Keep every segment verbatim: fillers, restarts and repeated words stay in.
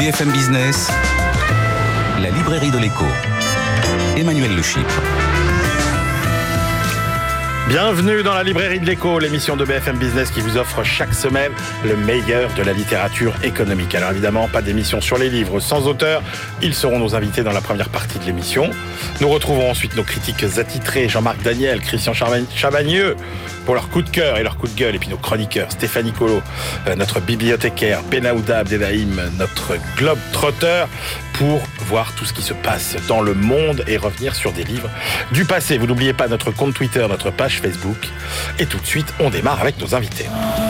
B F M Business, la librairie de l'écho. Emmanuel Le Chypre. Bienvenue dans la librairie de l'écho, l'émission de B F M Business qui vous offre chaque semaine le meilleur de la littérature économique. Alors évidemment, pas d'émission sur les livres sans auteur. Ils seront nos invités dans la première partie de l'émission. Nous retrouvons ensuite nos critiques attitrés, Jean-Marc Daniel, Christian Chavagneux, pour leur coup de cœur et leur coup de gueule. Et puis nos chroniqueurs, Stéphanie Colo, notre bibliothécaire, Benaouda Abdelhaim, notre globe-trotteur, pour voir tout ce qui se passe dans le monde et revenir sur des livres du passé. Vous n'oubliez pas notre compte Twitter, notre page Facebook. Et tout de suite, on démarre avec nos invités.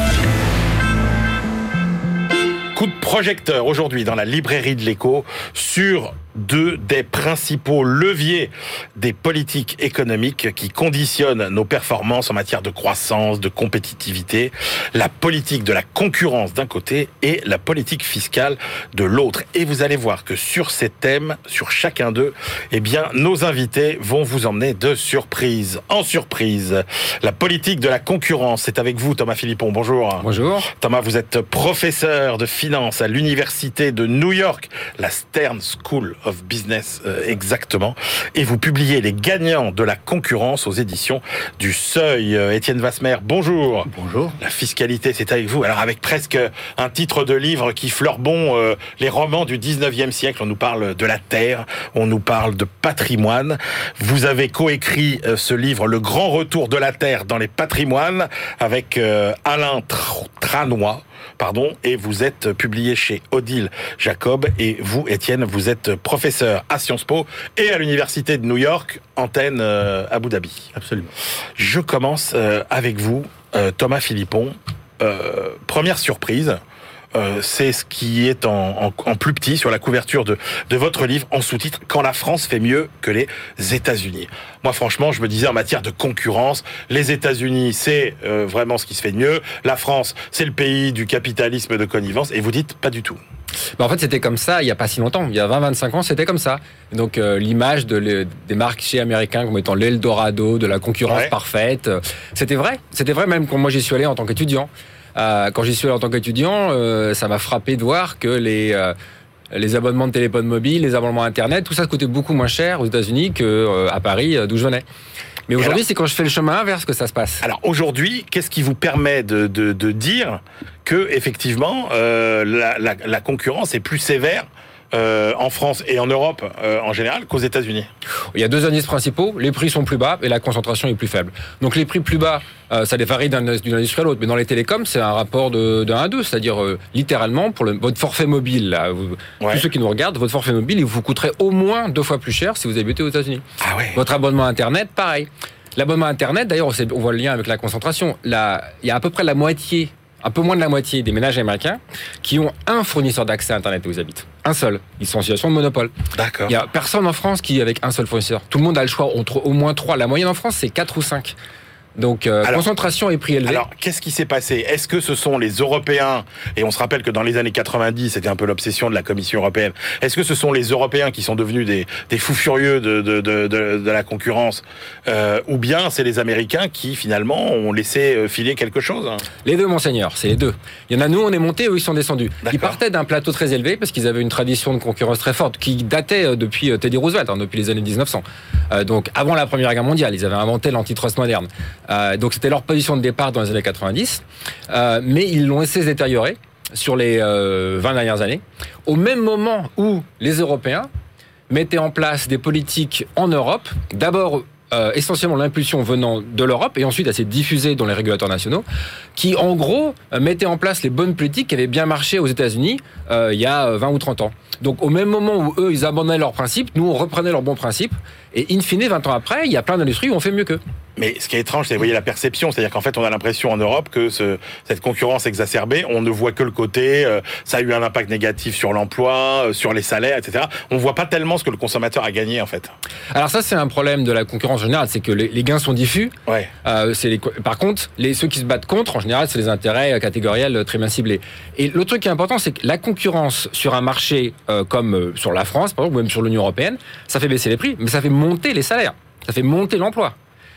Coup de projecteur aujourd'hui dans la librairie de l'écho sur deux des principaux leviers des politiques économiques qui conditionnent nos performances en matière de croissance, de compétitivité, la politique de la concurrence d'un côté et la politique fiscale de l'autre. Et vous allez voir que sur ces thèmes, sur chacun d'eux, eh bien, nos invités vont vous emmener de surprise en surprise. La politique de la concurrence, c'est avec vous, Thomas Philippon. Bonjour. Bonjour. Thomas, vous êtes professeur de finance à l'université de New York, la Stern School of Business, euh, exactement. Et vous publiez Les gagnants de la concurrence aux éditions du Seuil. Euh, Étienne Vasmer, bonjour. Bonjour. La fiscalité, c'est avec vous. Alors avec presque un titre de livre qui fleure bon euh, les romans du dix-neuvième siècle. On nous parle de la terre, on nous parle de patrimoine. Vous avez coécrit euh, ce livre, Le grand retour de la terre dans les patrimoines, avec euh, Alain Tr- Tranois. Pardon, et vous êtes publié chez Odile Jacob, et vous, Étienne, vous êtes professeur à Sciences Po et à l'université de New York, antenne euh, Abu Dhabi. Absolument. Je commence euh, avec vous, euh, Thomas Philippon. Euh, première surprise. Euh, c'est ce qui est en, en, en plus petit sur la couverture de, de votre livre, en sous-titre « Quand la France fait mieux que les États-Unis ». Moi, franchement, je me disais, en matière de concurrence, les États-Unis, c'est euh, vraiment ce qui se fait de mieux. La France, c'est le pays du capitalisme de connivence. Et vous dites, pas du tout. Bah en fait, c'était comme ça il n'y a pas si longtemps. Il y a vingt à vingt-cinq ans, c'était comme ça. Donc, euh, l'image de le, des marchés américains comme étant l'Eldorado, de la concurrence ouais. parfaite, euh, c'était vrai. C'était vrai même quand moi j'y suis allé en tant qu'étudiant. Euh, quand j'y suis allé en tant qu'étudiant, euh, ça m'a frappé de voir que les, euh, les abonnements de téléphone mobile, les abonnements Internet, tout ça coûtait beaucoup moins cher aux États-Unis qu'à euh, Paris, d'où je venais. Mais aujourd'hui, alors, c'est quand je fais le chemin inverse que ça se passe. Alors aujourd'hui, qu'est-ce qui vous permet de, de, de dire que effectivement euh, la, la, la concurrence est plus sévère Euh, en France et en Europe euh, en général qu'aux États-Unis? Il y a deux indices principaux, les prix sont plus bas et la concentration est plus faible. Donc les prix plus bas, euh, ça varie d'un, d'une industrie à l'autre, mais dans les télécoms, c'est un rapport de, de un à deux, c'est-à-dire euh, littéralement, pour le, votre forfait mobile, là, vous, ouais. tous ceux qui nous regardent, votre forfait mobile, il vous coûterait au moins deux fois plus cher si vous habitez aux États-Unis. Ah ouais. Votre abonnement Internet, pareil. L'abonnement Internet, d'ailleurs, on voit le lien avec la concentration. Là, il y a à peu près la moitié, un peu moins de la moitié des ménages américains qui ont un fournisseur d'accès à Internet où ils habitent. Un seul. Ils sont en situation de monopole. D'accord. Il n'y a personne en France qui avec un seul fournisseur. Tout le monde a le choix entre au moins trois. La moyenne en France, c'est quatre ou cinq. Donc, euh, alors, concentration et prix élevé. Alors, qu'est-ce qui s'est passé? Est-ce que ce sont les Européens, et on se rappelle que dans les années quatre-vingt-dix, c'était un peu l'obsession de la Commission européenne, est-ce que ce sont les Européens qui sont devenus des, des fous furieux de, de, de, de, de la concurrence, euh, ou bien c'est les Américains qui, finalement, ont laissé filer quelque chose? Les deux, monseigneur, c'est les deux. Il y en a, nous, on est montés, eux, ils sont descendus. D'accord. Ils partaient d'un plateau très élevé, parce qu'ils avaient une tradition de concurrence très forte, qui datait depuis Teddy Roosevelt, hein, depuis les années dix-neuf cents. Euh, donc, avant la Première Guerre mondiale, ils avaient inventé l'antitrust moderne. Euh, donc, c'était leur position de départ dans les années quatre-vingt-dix, euh, mais ils l'ont laissé se détériorer sur les euh, vingt dernières années, au même moment où les Européens mettaient en place des politiques en Europe, d'abord euh, essentiellement l'impulsion venant de l'Europe, et ensuite assez diffusée dans les régulateurs nationaux, qui en gros euh, mettaient en place les bonnes politiques qui avaient bien marché aux États-Unis euh, il y a vingt ou trente ans. Donc au même moment où eux, ils abandonnaient leurs principes, nous, on reprenait leurs bons principes, et in fine, vingt ans après, il y a plein d'industries où on fait mieux qu'eux. Mais ce qui est étrange, c'est, vous voyez, la perception. C'est-à-dire qu'en fait, on a l'impression en Europe que ce, cette concurrence exacerbée, on ne voit que le côté, euh, ça a eu un impact négatif sur l'emploi, euh, sur les salaires, et cetera. On ne voit pas tellement ce que le consommateur a gagné, en fait. Alors ça, c'est un problème de la concurrence en général, c'est que les, les gains sont diffus. Ouais. Euh, c'est les, par contre, les, ceux qui se battent contre, en général, c'est les intérêts catégoriels très bien ciblés. Et l'autre truc qui est important, c'est que la concurrence sur un marché euh, comme euh, sur la France, par exemple, ou même sur l'Union européenne, ça fait baisser les prix, mais ça fait monter les salaires, ça fait monter l'emploi.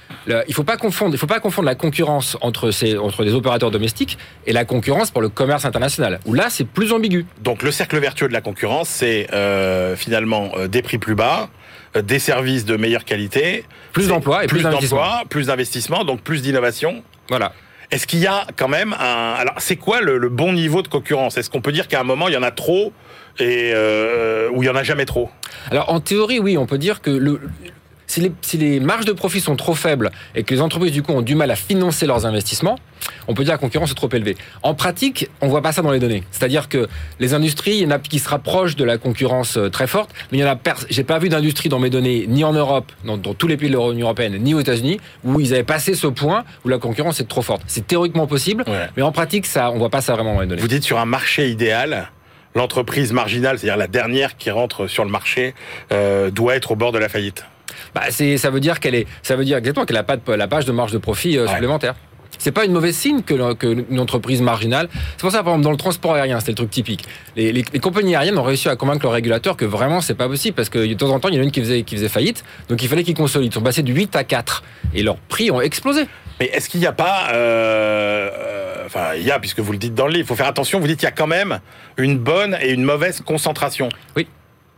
Le, il faut pas confondre, il faut pas confondre la concurrence entre ces, entre des opérateurs domestiques et la concurrence pour le commerce international. Où là, c'est plus ambigu. Donc le cercle vertueux de la concurrence, c'est euh, finalement euh, des prix plus bas, euh, des services de meilleure qualité, plus d'emplois et plus, plus d'investissement. d'emplois, plus d'investissement, donc plus d'innovation. Voilà. Est-ce qu'il y a quand même un... Alors, c'est quoi le, le bon niveau de concurrence ? Est-ce qu'on peut dire qu'à un moment, il y en a trop et euh, ou il y en a jamais trop ? Alors, en théorie, oui, on peut dire que le... Si les, si les marges de profit sont trop faibles et que les entreprises, du coup, ont du mal à financer leurs investissements, on peut dire que la concurrence est trop élevée. En pratique, on voit pas ça dans les données. C'est-à-dire que les industries, il y en a qui se rapprochent de la concurrence très forte, mais il y en a pers- j'ai pas vu d'industrie dans mes données, ni en Europe, dans, dans tous les pays de l'Union européenne, ni aux États-Unis, où ils avaient passé ce point où la concurrence est trop forte. C'est théoriquement possible, ouais. mais en pratique, ça, on voit pas ça vraiment dans les données. Vous dites sur un marché idéal, l'entreprise marginale, c'est-à-dire la dernière qui rentre sur le marché, euh, doit être au bord de la faillite. Bah, c'est, ça veut dire qu'elle est, ça veut dire exactement qu'elle n'a pas de, la page de marge de profit euh, ouais. supplémentaire. C'est pas une mauvaise signe que, que une entreprise marginale. C'est pour ça, par exemple, dans le transport aérien, c'était le truc typique. Les, les, les compagnies aériennes ont réussi à convaincre le régulateur que vraiment c'est pas possible parce que de temps en temps il y en a une qui faisait, qui faisait faillite, donc il fallait qu'ils consolident. Ils sont passés de huit à quatre et leurs prix ont explosé. Mais est-ce qu'il n'y a pas, euh, euh, enfin il y a puisque vous le dites dans le livre, il faut faire attention. Vous dites qu'il y a quand même une bonne et une mauvaise concentration. Oui.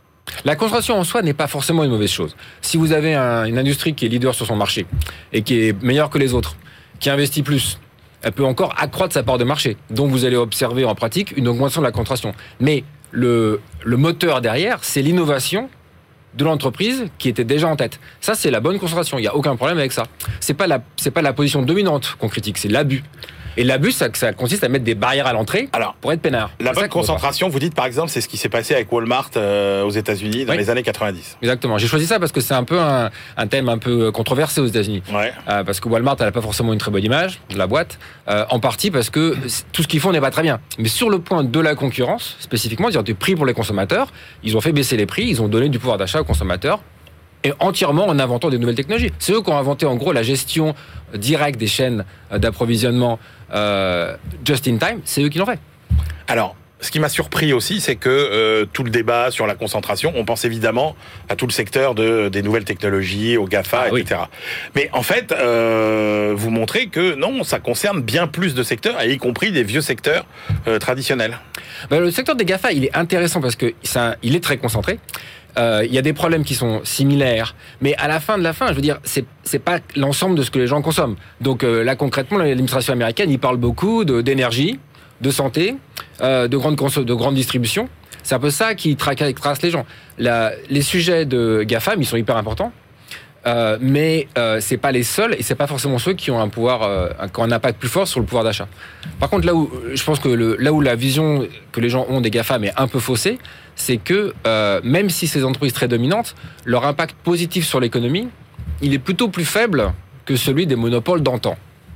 La concentration en soi n'est pas forcément une mauvaise chose. Si vous avez un, une industrie qui est leader sur son marché et qui est meilleure que les autres, qui investit plus, elle peut encore accroître sa part de marché. Donc vous allez observer en pratique une augmentation de la concentration. Mais le, le moteur derrière, c'est l'innovation de l'entreprise qui était déjà en tête. Ça, c'est la bonne concentration. Il n'y a aucun problème avec ça. C'est pas la, c'est pas la position dominante qu'on critique, c'est l'abus. Et l'abus, ça, ça consiste à mettre des barrières à l'entrée Alors, pour être peinard. La bonne concentration, vous dites par exemple, c'est ce qui s'est passé avec Walmart euh, aux États-Unis dans oui. les années quatre-vingt-dix. Exactement. J'ai choisi ça parce que c'est un peu un, un thème un peu controversé aux États-Unis. Ouais. Euh, parce que Walmart, elle n'a pas forcément une très bonne image de la boîte. Euh, en partie parce que tout ce qu'ils font n'est pas très bien. Mais sur le point de la concurrence, spécifiquement, c'est-à-dire des prix pour les consommateurs, ils ont fait baisser les prix, ils ont donné du pouvoir d'achat aux consommateurs. Et entièrement en inventant des nouvelles technologies. C'est eux qui ont inventé en gros la gestion directe des chaînes d'approvisionnement euh, just in time, c'est eux qui l'ont fait. Alors, ce qui m'a surpris aussi, c'est que euh, tout le débat sur la concentration, on pense évidemment à tout le secteur de, des nouvelles technologies, aux GAFA, ah, et cetera. Oui. Mais en fait, euh, vous montrez que non, ça concerne bien plus de secteurs, et y compris des vieux secteurs euh, traditionnels. Ben, le secteur des GAFA, il est intéressant parce que ça, il est très concentré. Il euh, y a des problèmes qui sont similaires, mais à la fin de la fin, je veux dire, c'est c'est pas l'ensemble de ce que les gens consomment. Donc euh, là, concrètement, l'administration américaine, il parle beaucoup de, d'énergie, de santé, euh, de grande conso- de grande distribution. C'est un peu ça qui tra- trace les gens. La, les sujets de GAFAM, ils sont hyper importants. Euh, mais euh, c'est pas les seuls et c'est pas forcément ceux qui ont un pouvoir, euh, qui ont un impact plus fort sur le pouvoir d'achat. Par contre, là où je pense que le, là où la vision que les gens ont des GAFAM est un peu faussée, c'est que euh, même si ces entreprises très dominantes, leur impact positif sur l'économie, il est plutôt plus faible que celui des monopoles d'antan.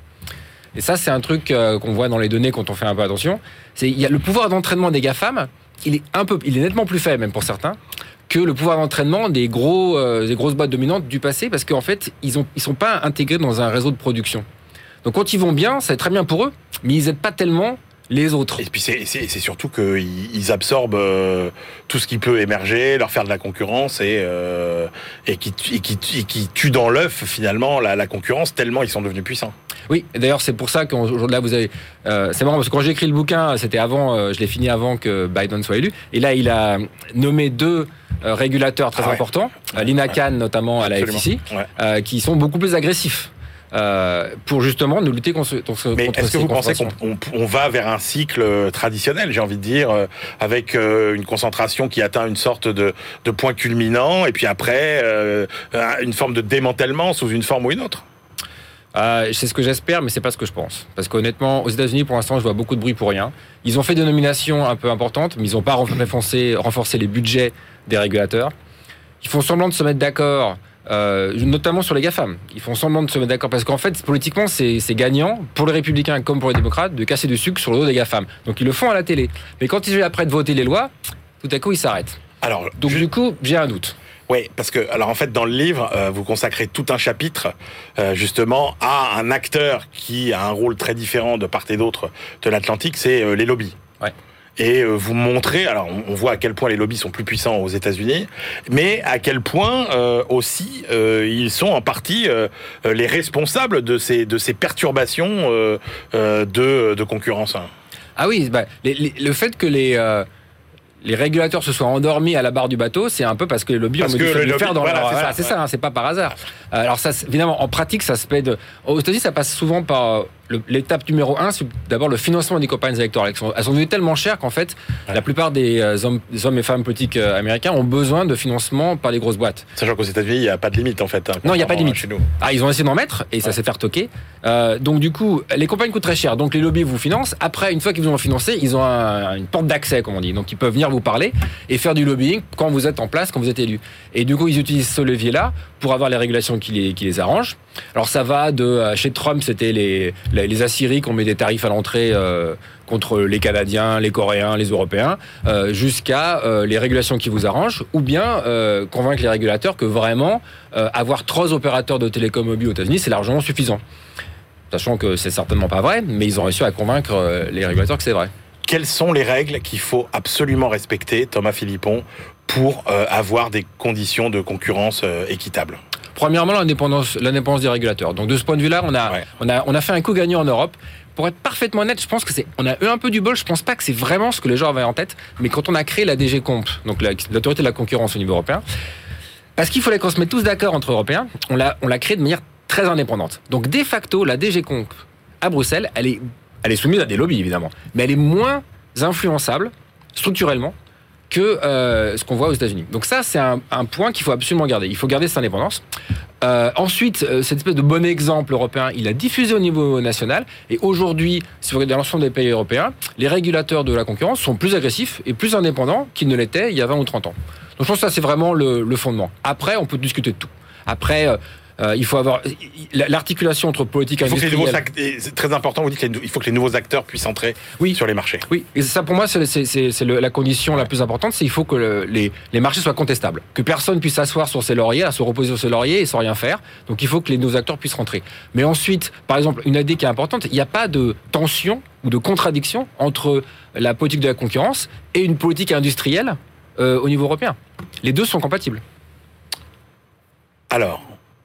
Et ça, c'est un truc euh, qu'on voit dans les données quand on fait un peu attention. C'est il y a le pouvoir d'entraînement des GAFAM, il est un peu, il est nettement plus faible même pour certains, que le pouvoir d'entraînement des gros, euh, des grosses boîtes dominantes du passé, parce qu'en fait, ils ont, ils sont pas intégrés dans un réseau de production. Donc quand ils vont bien, c'est très bien pour eux, mais ils aident pas tellement les autres. Et puis c'est, c'est, c'est surtout qu'ils ils absorbent euh, tout ce qui peut émerger, leur faire de la concurrence et, euh, et, qui, et, qui, et qui tue dans l'œuf finalement la, la concurrence tellement ils sont devenus puissants. Oui, et d'ailleurs c'est pour ça qu'aujourd'hui là vous avez, euh, c'est marrant parce que quand j'ai écrit le bouquin, c'était avant, euh, je l'ai fini avant que Biden soit élu, et là il a nommé deux euh, régulateurs très ah ouais. importants, ouais. Lina Khan ouais. notamment à la F T C, ouais. euh, qui sont beaucoup plus agressifs. Euh, pour justement nous lutter contre, contre Mais contre est-ce que vous pensez qu'on on, on va vers un cycle traditionnel, j'ai envie de dire, euh, avec euh, une concentration qui atteint une sorte de, de point culminant, et puis après euh, une forme de démantèlement sous une forme ou une autre? Euh, c'est ce que j'espère, mais c'est pas ce que je pense. Parce qu'honnêtement, aux États-Unis, pour l'instant, je vois beaucoup de bruit pour rien. Ils ont fait des nominations un peu importantes, mais ils n'ont pas renforcé, renforcé les budgets des régulateurs. Ils font semblant de se mettre d'accord. Euh, notamment sur les GAFAM. Ils font semblant de se mettre d'accord parce qu'en fait, politiquement, c'est, c'est gagnant pour les républicains comme pour les démocrates de casser du sucre sur le dos des GAFAM. Donc ils le font à la télé. Mais quand ils sont après de voter les lois, tout à coup, ils s'arrêtent. Alors, Donc je... du coup, j'ai un doute. Oui, parce que, alors en fait, dans le livre, euh, vous consacrez tout un chapitre, euh, justement, à un acteur qui a un rôle très différent de part et d'autre de l'Atlantique, c'est euh, les lobbies. Ouais. et vous montrez, alors on voit à quel point les lobbies sont plus puissants aux États-Unis, mais à quel point euh, aussi euh, ils sont en partie euh, les responsables de ces, de ces perturbations euh, euh, de, de concurrence. Ah oui, bah, les, les, le fait que les... Euh... les régulateurs se soient endormis à la barre du bateau, c'est un peu parce que les lobbies parce ont modifié le lobby, faire dans voilà, leur... c'est voilà, ça, c'est ouais. ça hein, c'est pas par hasard. Alors ça, évidemment, en pratique, ça se paie de... Aux États-Unis, ça passe souvent par... Le, l'étape numéro un, c'est d'abord le financement des campagnes électorales. Elles sont, elles sont devenues tellement chères qu'en fait, ouais. la plupart des hommes, des hommes et femmes politiques américains ont besoin de financement par les grosses boîtes. Sachant qu'aux États-Unis, il n'y a pas de limite en fait. Hein, non, il n'y a pas de limite. Chez nous. Ah, ils ont essayé d'en mettre et ça ouais. s'est fait retoquer. Euh, donc du coup, les campagnes coûtent très cher. Donc les lobbies vous financent. Après, une fois qu'ils vous ont financé, ils ont un, une porte d'accès, comme on dit. Donc ils peuvent venir vous parler et faire du lobbying quand vous êtes en place, quand vous êtes élu. Et du coup, ils utilisent ce levier-là pour avoir les régulations qui les, qui les arrangent. Alors ça va de... Chez Trump, c'était les, les, les Assyries qu'on met des tarifs à l'entrée euh, contre les Canadiens, les Coréens, les Européens, euh, jusqu'à euh, les régulations qui vous arrangent, ou bien euh, convaincre les régulateurs que vraiment, euh, avoir trois opérateurs de télécom mobile aux États-Unis, c'est largement suffisant. Sachant que c'est certainement pas vrai, mais ils ont réussi à convaincre euh, les régulateurs que c'est vrai. Quelles sont les règles qu'il faut absolument respecter, Thomas Philippon, pour euh, avoir des conditions de concurrence euh, équitables ? Premièrement, l'indépendance, l'indépendance des régulateurs. Donc de ce point de vue-là, on a, ouais. on a, on a fait un coup gagnant en Europe. Pour être parfaitement honnête, je pense que c'est, on a eu un peu du bol. Je pense pas que c'est vraiment ce que les gens avaient en tête. Mais quand on a créé la D G Comp, donc la, l'autorité de la concurrence au niveau européen, parce qu'il fallait qu'on se mette tous d'accord entre Européens, on l'a, on l'a créé de manière très indépendante. Donc de facto, la D G Comp à Bruxelles, elle est, elle est soumise à des lobbies évidemment, mais elle est moins influençable structurellement que euh, ce qu'on voit aux États-Unis. Donc ça, c'est un, un point qu'il faut absolument garder. Il faut garder cette indépendance. Euh, ensuite, euh, cette espèce de bon exemple européen, il a diffusé au niveau national. Et aujourd'hui, si vous regardez l'ensemble des pays européens, les régulateurs de la concurrence sont plus agressifs et plus indépendants qu'ils ne l'étaient il y a vingt ou trente ans. Donc je pense que ça, c'est vraiment le, le fondement. Après, on peut discuter de tout. Après... Euh, Euh, il faut avoir l'articulation entre politique et industrielle. Act... C'est très important, vous dites qu'il faut que les nouveaux acteurs puissent entrer oui. sur les marchés. Oui, et ça pour moi c'est, c'est, c'est, c'est le, la condition ouais. la plus importante, c'est qu'il faut que le, les, les marchés soient contestables, que personne puisse s'asseoir sur ses lauriers, à se reposer sur ses lauriers et sans rien faire. Donc il faut que les nouveaux acteurs puissent rentrer. Mais ensuite, par exemple, une idée qui est importante, il n'y a pas de tension ou de contradiction entre la politique de la concurrence et une politique industrielle euh, au niveau européen. Les deux sont compatibles. Alors,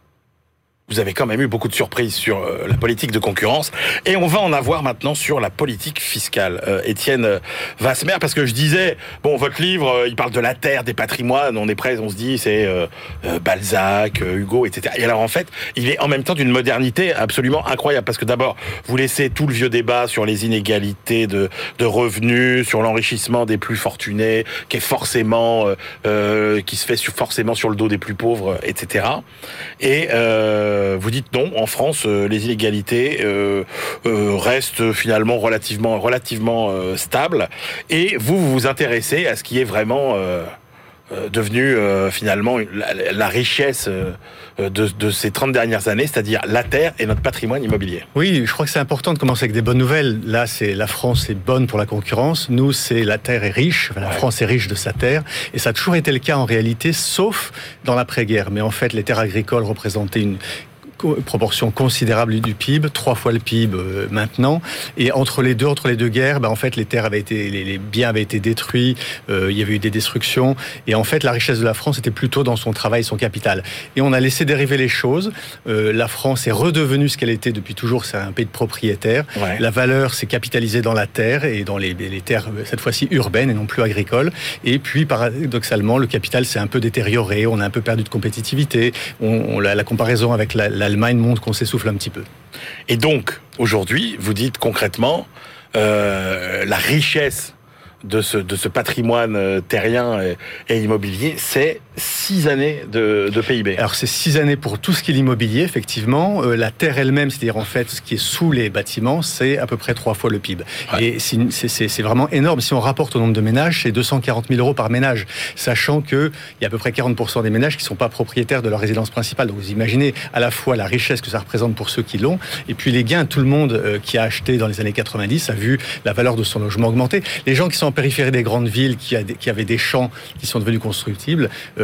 vous avez quand même eu beaucoup de surprises sur euh, la politique de concurrence et on va en avoir maintenant sur la politique fiscale. Euh, Étienne Wasmer, parce que je disais, bon, votre livre, euh, il parle de la terre, des patrimoines, on est prêt, on se dit, c'est euh, euh, Balzac, euh, Hugo, et cetera. Et alors en fait, il est en même temps d'une modernité absolument incroyable, parce que d'abord, vous laissez tout le vieux débat sur les inégalités de, de revenus, sur l'enrichissement des plus fortunés, qui est forcément, euh, euh, qui se fait sur, forcément sur le dos des plus pauvres, et cetera. Et euh, vous dites non, en France, euh, les inégalités euh, euh, restent finalement relativement, relativement euh, stables. Et vous, vous vous intéressez à ce qui est vraiment euh, euh, devenu euh, finalement la, la richesse euh, de, de ces trente dernières années, c'est-à-dire la terre et notre patrimoine immobilier. Oui, je crois que c'est important de commencer avec des bonnes nouvelles. Là, c'est la France est bonne pour la concurrence. Nous, c'est la terre est riche. La ouais. France est riche de sa terre. Et ça a toujours été le cas en réalité, sauf dans l'après-guerre. Mais en fait, les terres agricoles représentaient une proportion considérable du P I B, trois fois le P I B euh, maintenant. Et entre les deux, entre les deux guerres, ben en fait, les terres avaient été, les, les biens avaient été détruits. Euh, il y avait eu des destructions. Et en fait, la richesse de la France était plutôt dans son travail, son capital. Et on a laissé dériver les choses. Euh, la France est redevenue ce qu'elle était depuis toujours. C'est un pays de propriétaires. Ouais. La valeur s'est capitalisée dans la terre et dans les, les terres cette fois-ci urbaines et non plus agricoles. Et puis, paradoxalement, le capital s'est un peu détérioré. On a un peu perdu de compétitivité. On, on la, la comparaison avec la, la l'Allemagne montre qu'on s'essouffle un petit peu. Et donc, aujourd'hui, vous dites concrètement, euh, la richesse de ce, de ce patrimoine terrien et, et immobilier, c'est six années de, de P I B. Alors, c'est six années pour tout ce qui est l'immobilier, effectivement. Euh, la terre elle-même, c'est-à-dire en fait ce qui est sous les bâtiments, c'est à peu près trois fois le P I B. Ouais. Et c'est, c'est, c'est vraiment énorme. Si on rapporte au nombre de ménages, c'est deux cent quarante mille euros par ménage, sachant qu'il y a à peu près quarante pour cent des ménages qui ne sont pas propriétaires de leur résidence principale. Donc, vous imaginez à la fois la richesse que ça représente pour ceux qui l'ont, et puis les gains. Tout le monde euh, qui a acheté dans les années quatre-vingt-dix a vu la valeur de son logement augmenter. Les gens qui sont en périphérie des grandes villes, qui, a des, qui avaient des champs qui sont devenus constructibles, euh,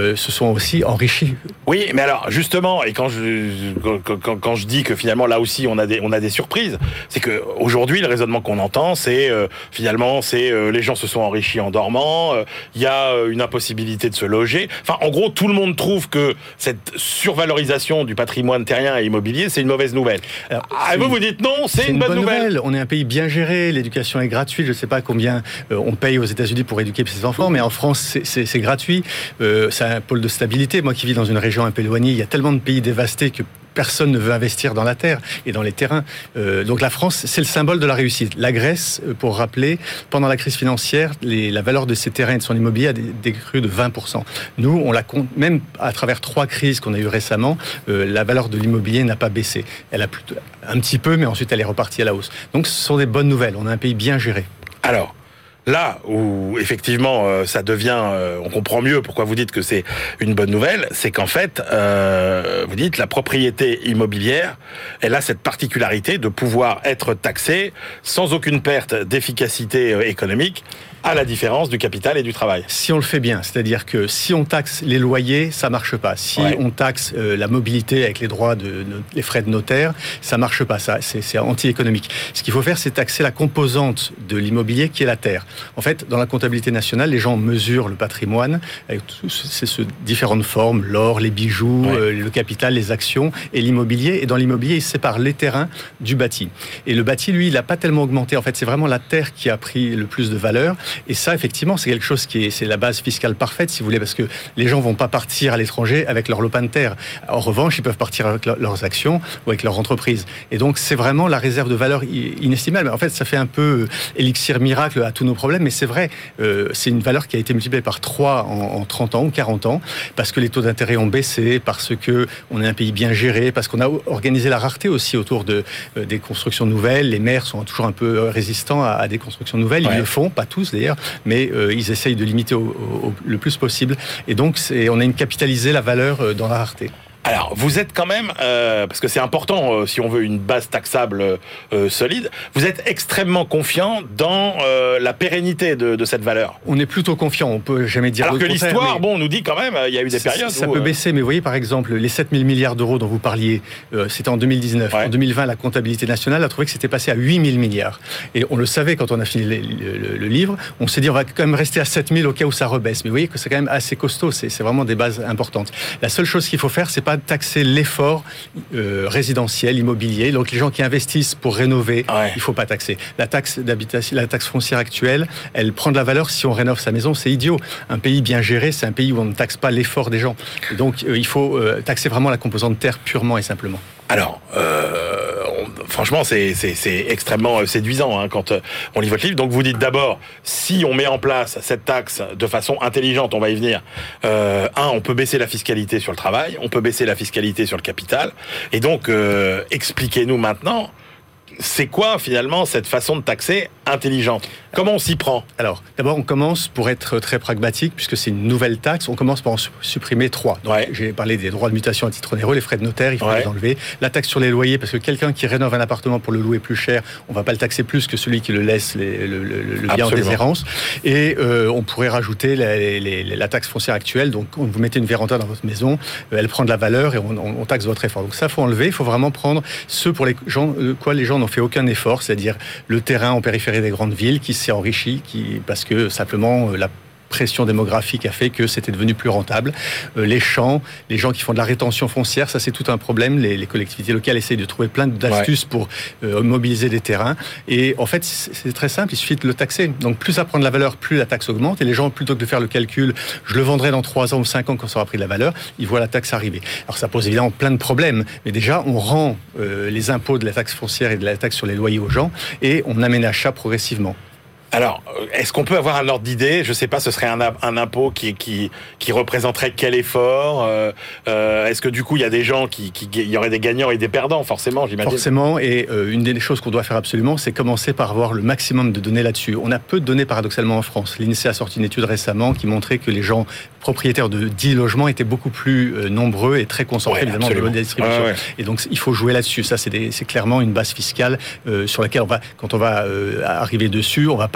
euh, se sont aussi enrichis. Oui, mais alors justement, et quand je quand, quand, quand je dis que finalement là aussi on a des on a des surprises, c'est que aujourd'hui le raisonnement qu'on entend, c'est euh, finalement c'est euh, les gens se sont enrichis en dormant, il euh, y a euh, une impossibilité de se loger. Enfin, en gros, tout le monde trouve que cette survalorisation du patrimoine terrien et immobilier, c'est une mauvaise nouvelle. Alors, ah, vous, vous dites non, c'est, c'est une, une bonne, bonne nouvelle. nouvelle. On est un pays bien géré, l'éducation est gratuite. Je ne sais pas combien euh, on paye aux États-Unis pour éduquer ses enfants, mais en France, c'est, c'est, c'est gratuit. Euh, c'est un pôle de stabilité. Moi qui vis dans une région un peu éloignée, il y a tellement de pays dévastés que personne ne veut investir dans la terre et dans les terrains. Euh, donc la France, c'est le symbole de la réussite. La Grèce, pour rappeler, pendant la crise financière, les, la valeur de ses terrains et de son immobilier a décru de vingt pour cent. Nous, on la compte, même à travers trois crises qu'on a eues récemment, euh, la valeur de l'immobilier n'a pas baissé. Elle a plutôt un petit peu, mais ensuite elle est repartie à la hausse. Donc ce sont des bonnes nouvelles. On a un pays bien géré. Alors, là où effectivement euh, ça devient, euh, on comprend mieux pourquoi vous dites que c'est une bonne nouvelle, c'est qu'en fait, euh, vous dites la propriété immobilière, elle a cette particularité de pouvoir être taxée sans aucune perte d'efficacité euh, économique, à la différence du capital et du travail. Si on le fait bien, c'est-à-dire que si on taxe les loyers, ça marche pas. Si ouais. on taxe euh, la mobilité avec les droits de, de les frais de notaire, ça marche pas. Ça, c'est, c'est anti-économique. Ce qu'il faut faire, c'est taxer la composante de l'immobilier qui est la terre. En fait, dans la comptabilité nationale, les gens mesurent le patrimoine avec toutes ces, ces différentes formes, l'or, les bijoux, ouais. euh, le capital, les actions et l'immobilier. Et dans l'immobilier, ils séparent les terrains du bâti. Et le bâti, lui, il n'a pas tellement augmenté. En fait, c'est vraiment la terre qui a pris le plus de valeur. Et ça, effectivement, c'est quelque chose qui est, c'est la base fiscale parfaite, si vous voulez, parce que les gens vont pas partir à l'étranger avec leur lopin de terre. En revanche, ils peuvent partir avec leur, leurs actions ou avec leur entreprise. Et donc, c'est vraiment la réserve de valeur inestimable. En fait, ça fait un peu élixir miracle à tous nos problèmes, mais c'est vrai, euh, c'est une valeur qui a été multipliée par trois en, en trente ans ou quarante ans, parce que les taux d'intérêt ont baissé, parce que on est un pays bien géré, parce qu'on a organisé la rareté aussi autour de, euh, des constructions nouvelles. Les maires sont toujours un peu résistants à, à des constructions nouvelles. Ils ouais. le font, pas tous d'ailleurs, mais euh, ils essayent de limiter au, au, le plus possible. Et donc, c'est, on a une capitalisé la valeur dans la rareté. Alors, vous êtes quand même, euh, parce que c'est important euh, si on veut une base taxable euh, solide, vous êtes extrêmement confiant dans euh, la pérennité de, de cette valeur. On est plutôt confiant, on peut jamais dire Alors le que contraire, l'histoire, bon, on nous dit quand même, il y a eu des périodes ça où... peut euh... baisser, mais vous voyez, par exemple, les sept mille milliards d'euros dont vous parliez, euh, c'était en deux mille dix-neuf. Ouais. En deux mille vingt, la comptabilité nationale a trouvé que c'était passé à huit mille milliards. Et on le savait quand on a fini le, le, le livre, on s'est dit, on va quand même rester à sept mille au cas où ça rebaisse. Mais vous voyez que c'est quand même assez costaud, c'est, c'est vraiment des bases importantes. La seule chose qu'il faut faire, c'est pas taxer l'effort Fort, euh, résidentiel, immobilier. Donc les gens qui investissent pour rénover, ouais. il ne faut pas taxer. La taxe d'habitation, la taxe foncière actuelle, elle prend de la valeur si on rénove sa maison, c'est idiot. Un pays bien géré, c'est un pays où on ne taxe pas l'effort des gens. Et donc euh, il faut euh, taxer vraiment la composante terre purement et simplement. Alors, euh, on, franchement, c'est, c'est, c'est extrêmement séduisant hein, quand on lit votre livre. Donc, vous dites d'abord, si on met en place cette taxe de façon intelligente, on va y venir. Euh, un, on peut baisser la fiscalité sur le travail, on peut baisser la fiscalité sur le capital. Et donc, euh, expliquez-nous maintenant, c'est quoi finalement cette façon de taxer intelligente ? Comment on s'y prend ? Alors, d'abord, on commence, pour être très pragmatique, puisque c'est une nouvelle taxe, on commence par en supprimer trois. Donc, ouais. j'ai parlé des droits de mutation à titre onéreux, les frais de notaire, il faut ouais. les enlever. La taxe sur les loyers, parce que quelqu'un qui rénove un appartement pour le louer plus cher, on ne va pas le taxer plus que celui qui le laisse les, le, le, le bien en déshérence. Et euh, on pourrait rajouter la, les, les, la taxe foncière actuelle. Donc, vous mettez une véranda dans votre maison, elle prend de la valeur et on, on, on taxe votre effort. Donc ça, il faut enlever. Il faut vraiment prendre ceux pour les gens, euh, quoi les gens n'ont fait aucun effort, c'est-à-dire le terrain en périphérie des grandes villes qui s'est enrichi, qui, parce que simplement la pression démographique a fait que c'était devenu plus rentable. Euh, les champs, les gens qui font de la rétention foncière, ça c'est tout un problème. Les, les collectivités locales essayent de trouver plein d'astuces ouais. pour euh, mobiliser des terrains. Et en fait, c'est, c'est très simple, il suffit de le taxer. Donc plus ça prend de la valeur, plus la taxe augmente. Et les gens, plutôt que de faire le calcul, je le vendrai dans trois ans ou cinq ans quand ça aura pris de la valeur, ils voient la taxe arriver. Alors ça pose évidemment plein de problèmes. Mais déjà, on rend euh, les impôts de la taxe foncière et de la taxe sur les loyers aux gens et on aménage ça progressivement. Alors, est-ce qu'on peut avoir un ordre d'idée ? Je ne sais pas, ce serait un, un impôt qui, qui, qui représenterait quel effort ? euh, euh, Est-ce que du coup, il y a des gens qui, qui... Il y aurait des gagnants et des perdants, forcément, j'imagine ? Forcément, et euh, une des choses qu'on doit faire absolument, c'est commencer par avoir le maximum de données là-dessus. On a peu de données, paradoxalement, en France. L'INSEE a sorti une étude récemment qui montrait que les gens propriétaires de dix logements étaient beaucoup plus euh, nombreux et très concentrés, ouais, évidemment, dans la distribution. Ouais, ouais. Et donc, il faut jouer là-dessus. Ça, c'est, des, c'est clairement une base fiscale euh, sur laquelle on va, quand on va euh, arriver dessus, on ne va pas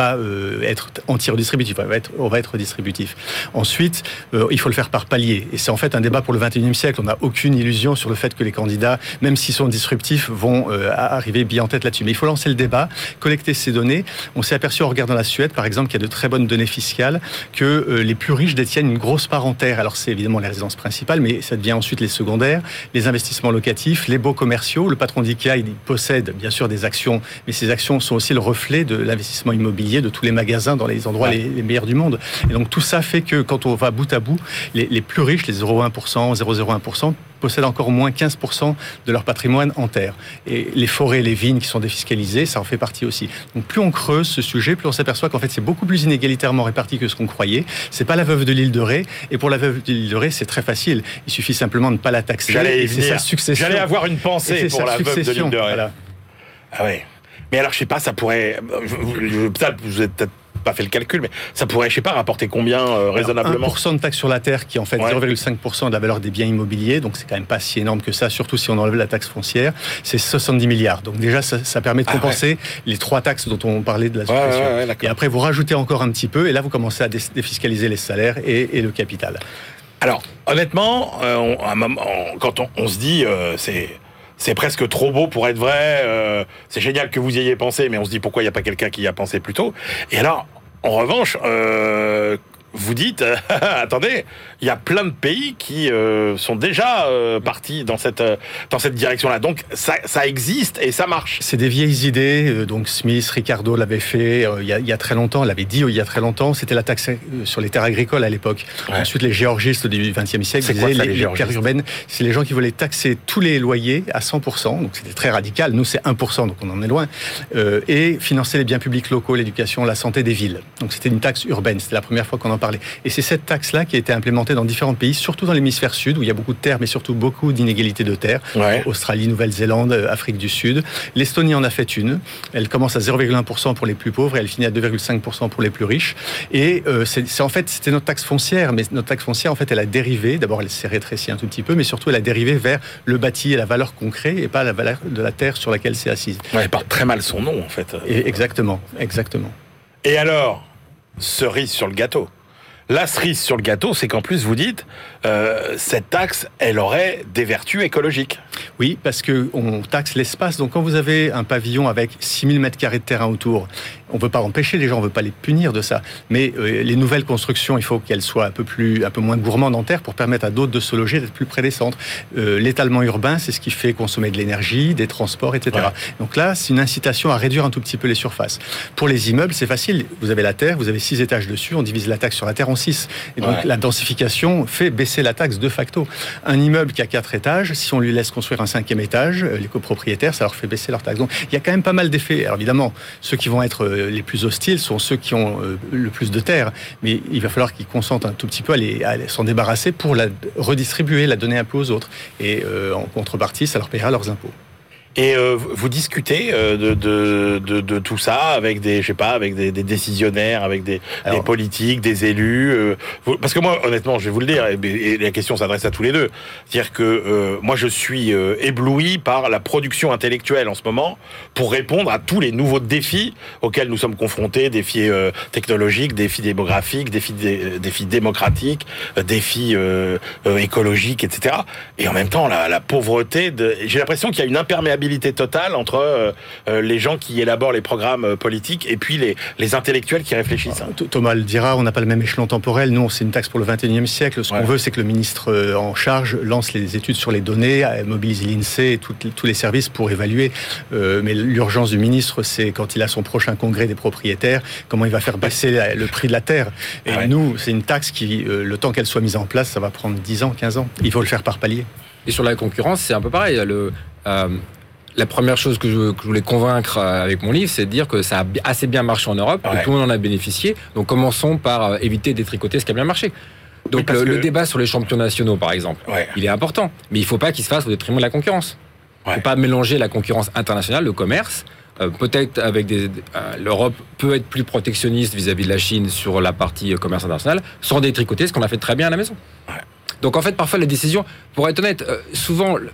pas euh, être anti-redistributif, on va être, on va être redistributif. Ensuite, euh, il faut le faire par palier. Et c'est en fait un débat pour le vingt et unième siècle. On n'a aucune illusion sur le fait que les candidats, même s'ils sont disruptifs, vont euh, arriver bien en tête là-dessus. Mais il faut lancer le débat, collecter ces données. On s'est aperçu en regardant la Suède, par exemple, qu'il y a de très bonnes données fiscales, que euh, les plus riches détiennent une grosse part en terre. Alors c'est évidemment les résidences principales, mais ça devient ensuite les secondaires, les investissements locatifs, les baux commerciaux. Le patron d'IKEA, il possède bien sûr des actions, mais ces actions sont aussi le reflet de l'investissement immobilier de tous les magasins dans les endroits ouais. les, les meilleurs du monde. Et donc tout ça fait que quand on va bout à bout, les, les plus riches, les zéro virgule un pour cent, zéro virgule zéro un pour cent, possèdent encore au moins quinze pour cent de leur patrimoine en terre. Et les forêts, les vignes qui sont défiscalisées, ça en fait partie aussi. Donc plus on creuse ce sujet, plus on s'aperçoit qu'en fait c'est beaucoup plus inégalitairement réparti que ce qu'on croyait. C'est pas la veuve de l'île de Ré, et pour la veuve de l'île de Ré, c'est très facile. Il suffit simplement de ne pas la taxer. J'allais, et c'est sa succession. J'allais avoir une pensée pour la veuve de l'île de Ré. Voilà. Ah ouais. Mais alors je sais pas, ça pourrait. Peut-être vous êtes peut-être pas fait le calcul, mais ça pourrait, je sais pas, rapporter combien euh, raisonnablement. Alors, un pour cent de taxe sur la terre, qui est en fait ouais. zéro virgule cinq pour cent de la valeur des biens immobiliers, donc c'est quand même pas si énorme que ça, surtout si on enlève la taxe foncière, c'est soixante-dix milliards. Donc déjà, ça, ça permet de compenser ah ouais. les trois taxes dont on parlait de la suppression. Ouais, ouais, ouais, et après, vous rajoutez encore un petit peu, et là, vous commencez à défiscaliser les salaires et, et le capital. Alors, honnêtement, euh, on, un moment, on, quand on, on se dit, euh, c'est... c'est presque trop beau pour être vrai, euh, c'est génial que vous y ayez pensé, mais on se dit pourquoi il n'y a pas quelqu'un qui y a pensé plus tôt. Et alors, en revanche, euh, vous dites, euh, attendez, il y a plein de pays qui euh, sont déjà euh, partis dans cette, euh, dans cette direction-là. Donc ça, ça existe et ça marche. C'est des vieilles idées. Euh, donc Smith, Ricardo l'avait fait euh, il, y a, il y a très longtemps, l'avait dit il y a très longtemps. C'était la taxe sur les terres agricoles à l'époque. Ouais. Ensuite, les géorgistes du vingtième siècle c'est disaient quoi, ça, les, les, les terres urbaines, c'est les gens qui voulaient taxer tous les loyers à cent pour cent. Donc c'était très radical. Nous, c'est un pour cent, donc on en est loin. Euh, et financer les biens publics locaux, l'éducation, la santé des villes. Donc c'était une taxe urbaine. C'était la première fois qu'on en parlait. Et c'est cette taxe-là qui a été implémentée dans différents pays, surtout dans l'hémisphère sud, où il y a beaucoup de terres, mais surtout beaucoup d'inégalités de terres. Ouais. Australie, Nouvelle-Zélande, Afrique du Sud. L'Estonie en a fait une. Elle commence à zéro virgule un pour cent pour les plus pauvres et elle finit à deux virgule cinq pour cent pour les plus riches. Et euh, c'est, c'est en fait, c'était notre taxe foncière, mais notre taxe foncière, en fait, elle a dérivé. D'abord, elle s'est rétrécie un tout petit peu, mais surtout, elle a dérivé vers le bâti et la valeur qu'on crée et pas la valeur de la terre sur laquelle c'est assise. Ouais, elle porte très mal son nom, en fait. Et exactement, exactement. Et alors, cerise sur le gâteau. La cerise sur le gâteau, c'est qu'en plus, vous dites, euh, cette taxe, elle aurait des vertus écologiques. Oui, parce qu'on taxe l'espace. Donc, quand vous avez un pavillon avec six mille mètres carrés de terrain autour, on ne veut pas empêcher les gens, on ne veut pas les punir de ça. Mais euh, les nouvelles constructions, il faut qu'elles soient un peu, plus, un peu moins gourmandes en terre pour permettre à d'autres de se loger, d'être plus près des centres. Euh, l'étalement urbain, c'est ce qui fait consommer de l'énergie, des transports, et cetera. Ouais. Donc là, c'est une incitation à réduire un tout petit peu les surfaces. Pour les immeubles, c'est facile. Vous avez la terre, vous avez six étages dessus, on divise la taxe sur la terre en six. Et donc, ouais. la densification fait baisser la taxe de facto. Un immeuble qui a quatre étages, si on lui laisse construire un cinquième étage, les copropriétaires, ça leur fait baisser leur taxe. Donc, il y a quand même pas mal d'effets. Alors, évidemment, ceux qui vont être les plus hostiles sont ceux qui ont le plus de terre. Mais il va falloir qu'ils consentent un tout petit peu à, les, à s'en débarrasser pour la redistribuer, la donner un peu aux autres. Et euh, en contrepartie, ça leur paiera leurs impôts. Et euh, vous discutez euh, de, de, de, de tout ça avec des, je sais pas, avec des, des décisionnaires, avec des, Alors, des politiques, des élus. Euh, vous, parce que moi, honnêtement, je vais vous le dire, et, et la question s'adresse à tous les deux. C'est-à-dire que euh, moi, je suis euh, ébloui par la production intellectuelle en ce moment pour répondre à tous les nouveaux défis auxquels nous sommes confrontés, défis euh, technologiques, défis démographiques, défis, dé, défis démocratiques, euh, défis euh, euh, écologiques, et cetera. Et en même temps, la, la pauvreté. De, j'ai l'impression qu'il y a une imperméabilité totale entre euh, les gens qui élaborent les programmes euh, politiques et puis les, les intellectuels qui réfléchissent. Hein. Thomas le dira, on n'a pas le même échelon temporel. Nous, c'est une taxe pour le vingt et unième siècle. Ce ouais. qu'on veut, c'est que le ministre euh, en charge lance les études sur les données, mobilise l'INSEE et tout, tous les services pour évaluer. Euh, mais l'urgence du ministre, c'est quand il a son prochain congrès des propriétaires, comment il va faire baisser la, le prix de la terre. Et ouais. nous, c'est une taxe qui, euh, le temps qu'elle soit mise en place, ça va prendre dix ans, quinze ans. Il faut le faire par palier. Et sur la concurrence, c'est un peu pareil. Le... Euh... La première chose que je, que je voulais convaincre avec mon livre, c'est de dire que ça a assez bien marché en Europe, ouais. que tout le monde en a bénéficié. Donc commençons par éviter de détricoter ce qui a bien marché. Donc oui, le, que... le débat sur les champions nationaux, par exemple, ouais. il est important. Mais il ne faut pas qu'il se fasse au détriment de la concurrence. Il ne faut pas mélanger la concurrence internationale, le commerce. Euh, peut-être avec des, euh, l'Europe peut être plus protectionniste vis-à-vis de la Chine sur la partie commerce international, sans détricoter ce qu'on a fait très bien à la maison. Ouais. Donc en fait, parfois, les décisions, pour être honnête, euh, souvent...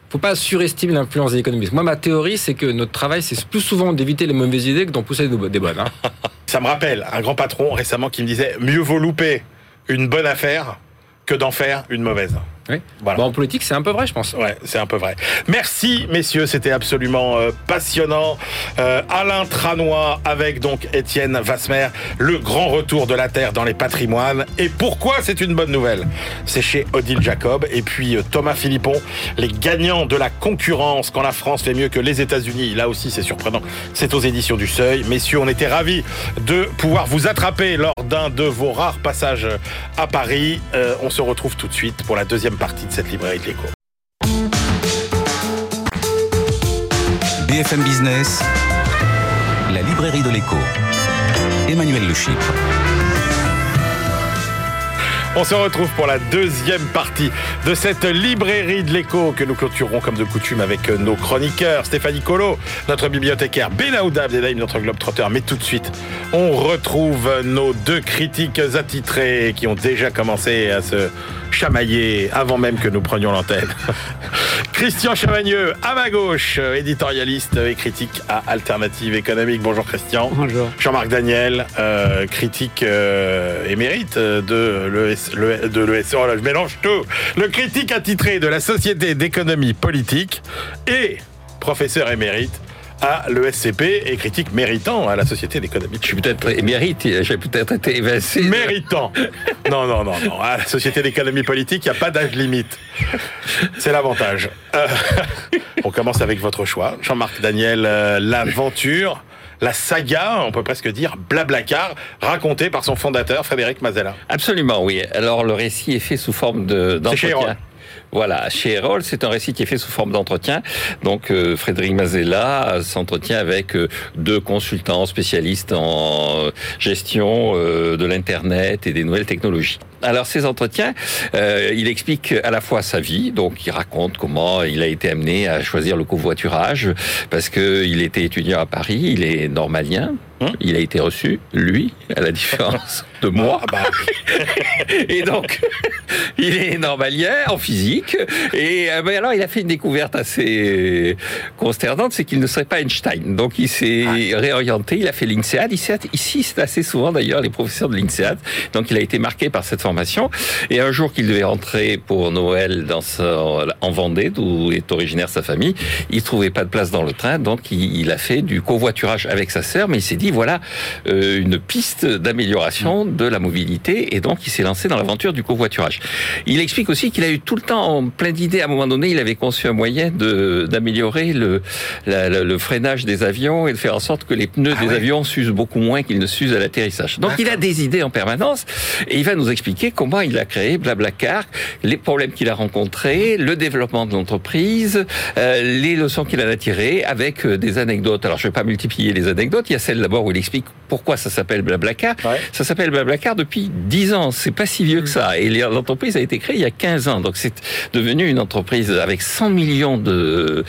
faut pas surestimer l'influence des économistes. Moi, ma théorie, c'est que notre travail, c'est plus souvent d'éviter les mauvaises idées que d'en pousser des bonnes. Hein. Ça me rappelle un grand patron récemment qui me disait « Mieux vaut louper une bonne affaire que d'en faire une mauvaise ». Oui. Voilà. Bon, en politique, c'est un peu vrai, je pense. Ouais, c'est un peu vrai. Merci, messieurs, c'était absolument euh, passionnant. Euh, Alain Tranois avec donc Étienne Vasmer, le grand retour de la Terre dans les patrimoines. Et pourquoi c'est une bonne nouvelle ? C'est chez Odile Jacob. Et puis euh, Thomas Philippon, les gagnants de la concurrence quand la France fait mieux que les États-Unis. Là aussi, c'est surprenant. C'est aux éditions du Seuil. Messieurs, on était ravis de pouvoir vous attraper lors d'un de vos rares passages à Paris. Euh, on se retrouve tout de suite pour la deuxième partie de cette librairie de l'écho. B F M Business, la librairie de l'écho. Emmanuel Le Chypre. On se retrouve pour la deuxième partie de cette librairie de l'écho que nous clôturerons comme de coutume avec nos chroniqueurs. Stéphanie Colo, notre bibliothécaire, Benaouda Abdelhaim, notre globe-trotteur. Mais tout de suite, on retrouve nos deux critiques attitrés qui ont déjà commencé à se chamailler avant même que nous prenions l'antenne. Christian Chavagneux, à ma gauche, éditorialiste et critique à Alternative Économique. Bonjour Christian. Bonjour. Jean-Marc Daniel, euh, critique euh, émérite de l'E S, le, de l'E S, oh là, je mélange tout. Le critique attitré de la Société d'économie politique et professeur émérite à l'E S C P et critique méritant à la Société d'économie. Je suis peut-être émérite, j'ai peut-être été évincé. Méritant. Non, non, non, non. À la Société d'économie politique, il n'y a pas d'âge limite. C'est l'avantage. Euh, on commence avec votre choix. Jean-Marc Daniel, euh, l'aventure, la saga, on peut presque dire Blablacar, racontée par son fondateur, Frédéric Mazella. Absolument, oui. Alors, le récit est fait sous forme de, d'entretien. C'est chez Erol. Voilà, chez Erol, c'est un récit qui est fait sous forme d'entretien. Donc, euh, Frédéric Mazella s'entretient avec euh, deux consultants spécialistes en gestion euh, de l'Internet et des nouvelles technologies. Alors, ces entretiens, euh, il explique à la fois sa vie, donc il raconte comment il a été amené à choisir le covoiturage, parce que il était étudiant à Paris, il est normalien. Hum? Il a été reçu, lui, à la différence de moi. Ah bah. Et donc, il est normalien en physique. Et euh, ben alors, il a fait une découverte assez consternante, c'est qu'il ne serait pas Einstein. Donc, il s'est ah. réorienté, il a fait l'INSEAD. Ici, c'est assez souvent d'ailleurs les professeurs de l'INSEAD. Donc, il a été marqué par cette formation. Et un jour qu'il devait rentrer pour Noël dans son, en Vendée, d'où est originaire sa famille, il trouvait pas de place dans le train. Donc, il, il a fait du covoiturage avec sa sœur, mais il s'est dit, voilà euh, une piste d'amélioration de la mobilité, et donc il s'est lancé dans l'aventure du covoiturage. Il explique aussi qu'il a eu tout le temps plein d'idées. À un moment donné, il avait conçu un moyen de d'améliorer le, la, le, le freinage des avions et de faire en sorte que les pneus ah des ouais. avions s'usent beaucoup moins qu'ils ne s'usent à l'atterrissage. Donc D'accord. il a des idées en permanence, et il va nous expliquer comment il a créé Blablacar, les problèmes qu'il a rencontrés, le développement de l'entreprise, euh, les leçons qu'il en a tirées, avec euh, des anecdotes. Alors je ne vais pas multiplier les anecdotes, il y a celle d'abord où il explique pourquoi ça s'appelle Blablacar. Ouais. Ça s'appelle Blablacar depuis dix ans, c'est pas si vieux que ça. Et l'entreprise a été créée il y a quinze ans, donc c'est devenu une entreprise avec cent millions de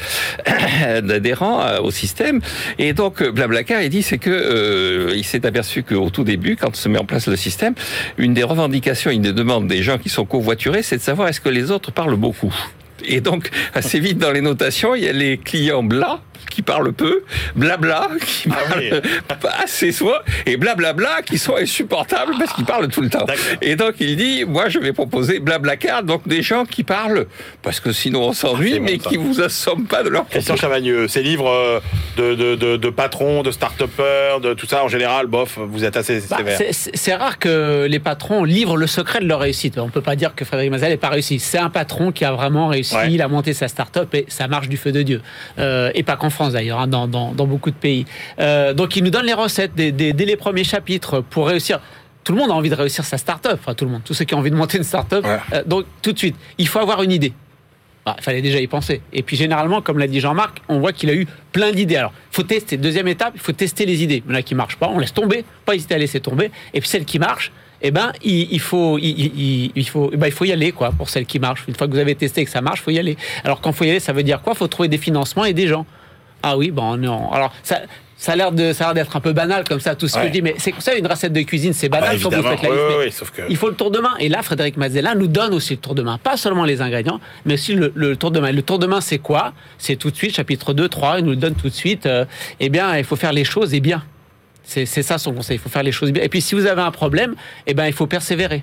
d'adhérents au système. Et donc Blablacar, il dit, c'est que euh, il s'est aperçu qu'au tout début, quand se met en place le système, une des revendications, une des demandes des gens qui sont covoiturés, c'est de savoir est-ce que les autres parlent beaucoup. Et donc, assez vite dans les notations, il y a les clients blas qui parlent peu, blabla qui ah parlent oui. pas assez souvent, et blablabla qui sont insupportables parce qu'ils parlent tout le temps. D'accord. Et donc il dit, moi je vais proposer Blablacar, donc des gens qui parlent, parce que sinon on s'ennuie, ah, mais bon, qui vous assomment pas de leur propos. Christian Chavagneux, ces livres de, de, de, de patrons, de start-upers, de tout ça en général, bof, vous êtes assez bah, sévère. C'est, c'est rare que les patrons livrent le secret de leur réussite. On peut pas dire que Frédéric Mazella n'est pas réussi. C'est un patron qui a vraiment réussi, ouais. il a monté sa start-up et ça marche du feu de Dieu. Euh, et pas qu'en France d'ailleurs, hein, dans, dans, dans beaucoup de pays. Euh, donc il nous donne les recettes dès, dès, dès les premiers chapitres pour réussir. Tout le monde a envie de réussir sa start-up, enfin tout le monde, tous ceux qui ont envie de monter une start-up. Ouais. Euh, donc tout de suite, il faut avoir une idée. Bah, il fallait déjà y penser. Et puis généralement, comme l'a dit Jean-Marc, on voit qu'il a eu plein d'idées. Alors, il faut tester. Deuxième étape, il faut tester les idées. Il y en a qui ne marchent pas, on laisse tomber, pas hésiter à laisser tomber. Et puis celles qui marchent, eh ben, il, il faut, il, il, il faut, ben, il faut y aller, quoi, pour celles qui marchent. Une fois que vous avez testé et que ça marche, il faut y aller. Alors, quand il faut y aller, ça veut dire quoi ? Il faut trouver des financements et des gens. Ah oui, bon, non. Alors, ça, Ça a l'air de, ça a l'air d'être un peu banal comme ça, tout ce ouais. que je dis, mais c'est comme ça, une recette de cuisine, c'est banal ah bah, quand vous faites la liste. Oui, oui, sauf que... Il faut le tour de main. Et là, Frédéric Mazzella nous donne aussi le tour de main. Pas seulement les ingrédients, mais aussi le, le tour de main. Le tour de main, c'est quoi? C'est tout de suite, chapitre deux, trois, il nous le donne tout de suite. Euh, eh bien, il faut faire les choses et bien. C'est, c'est ça son conseil, il faut faire les choses bien. Et puis, si vous avez un problème, eh ben, il faut persévérer.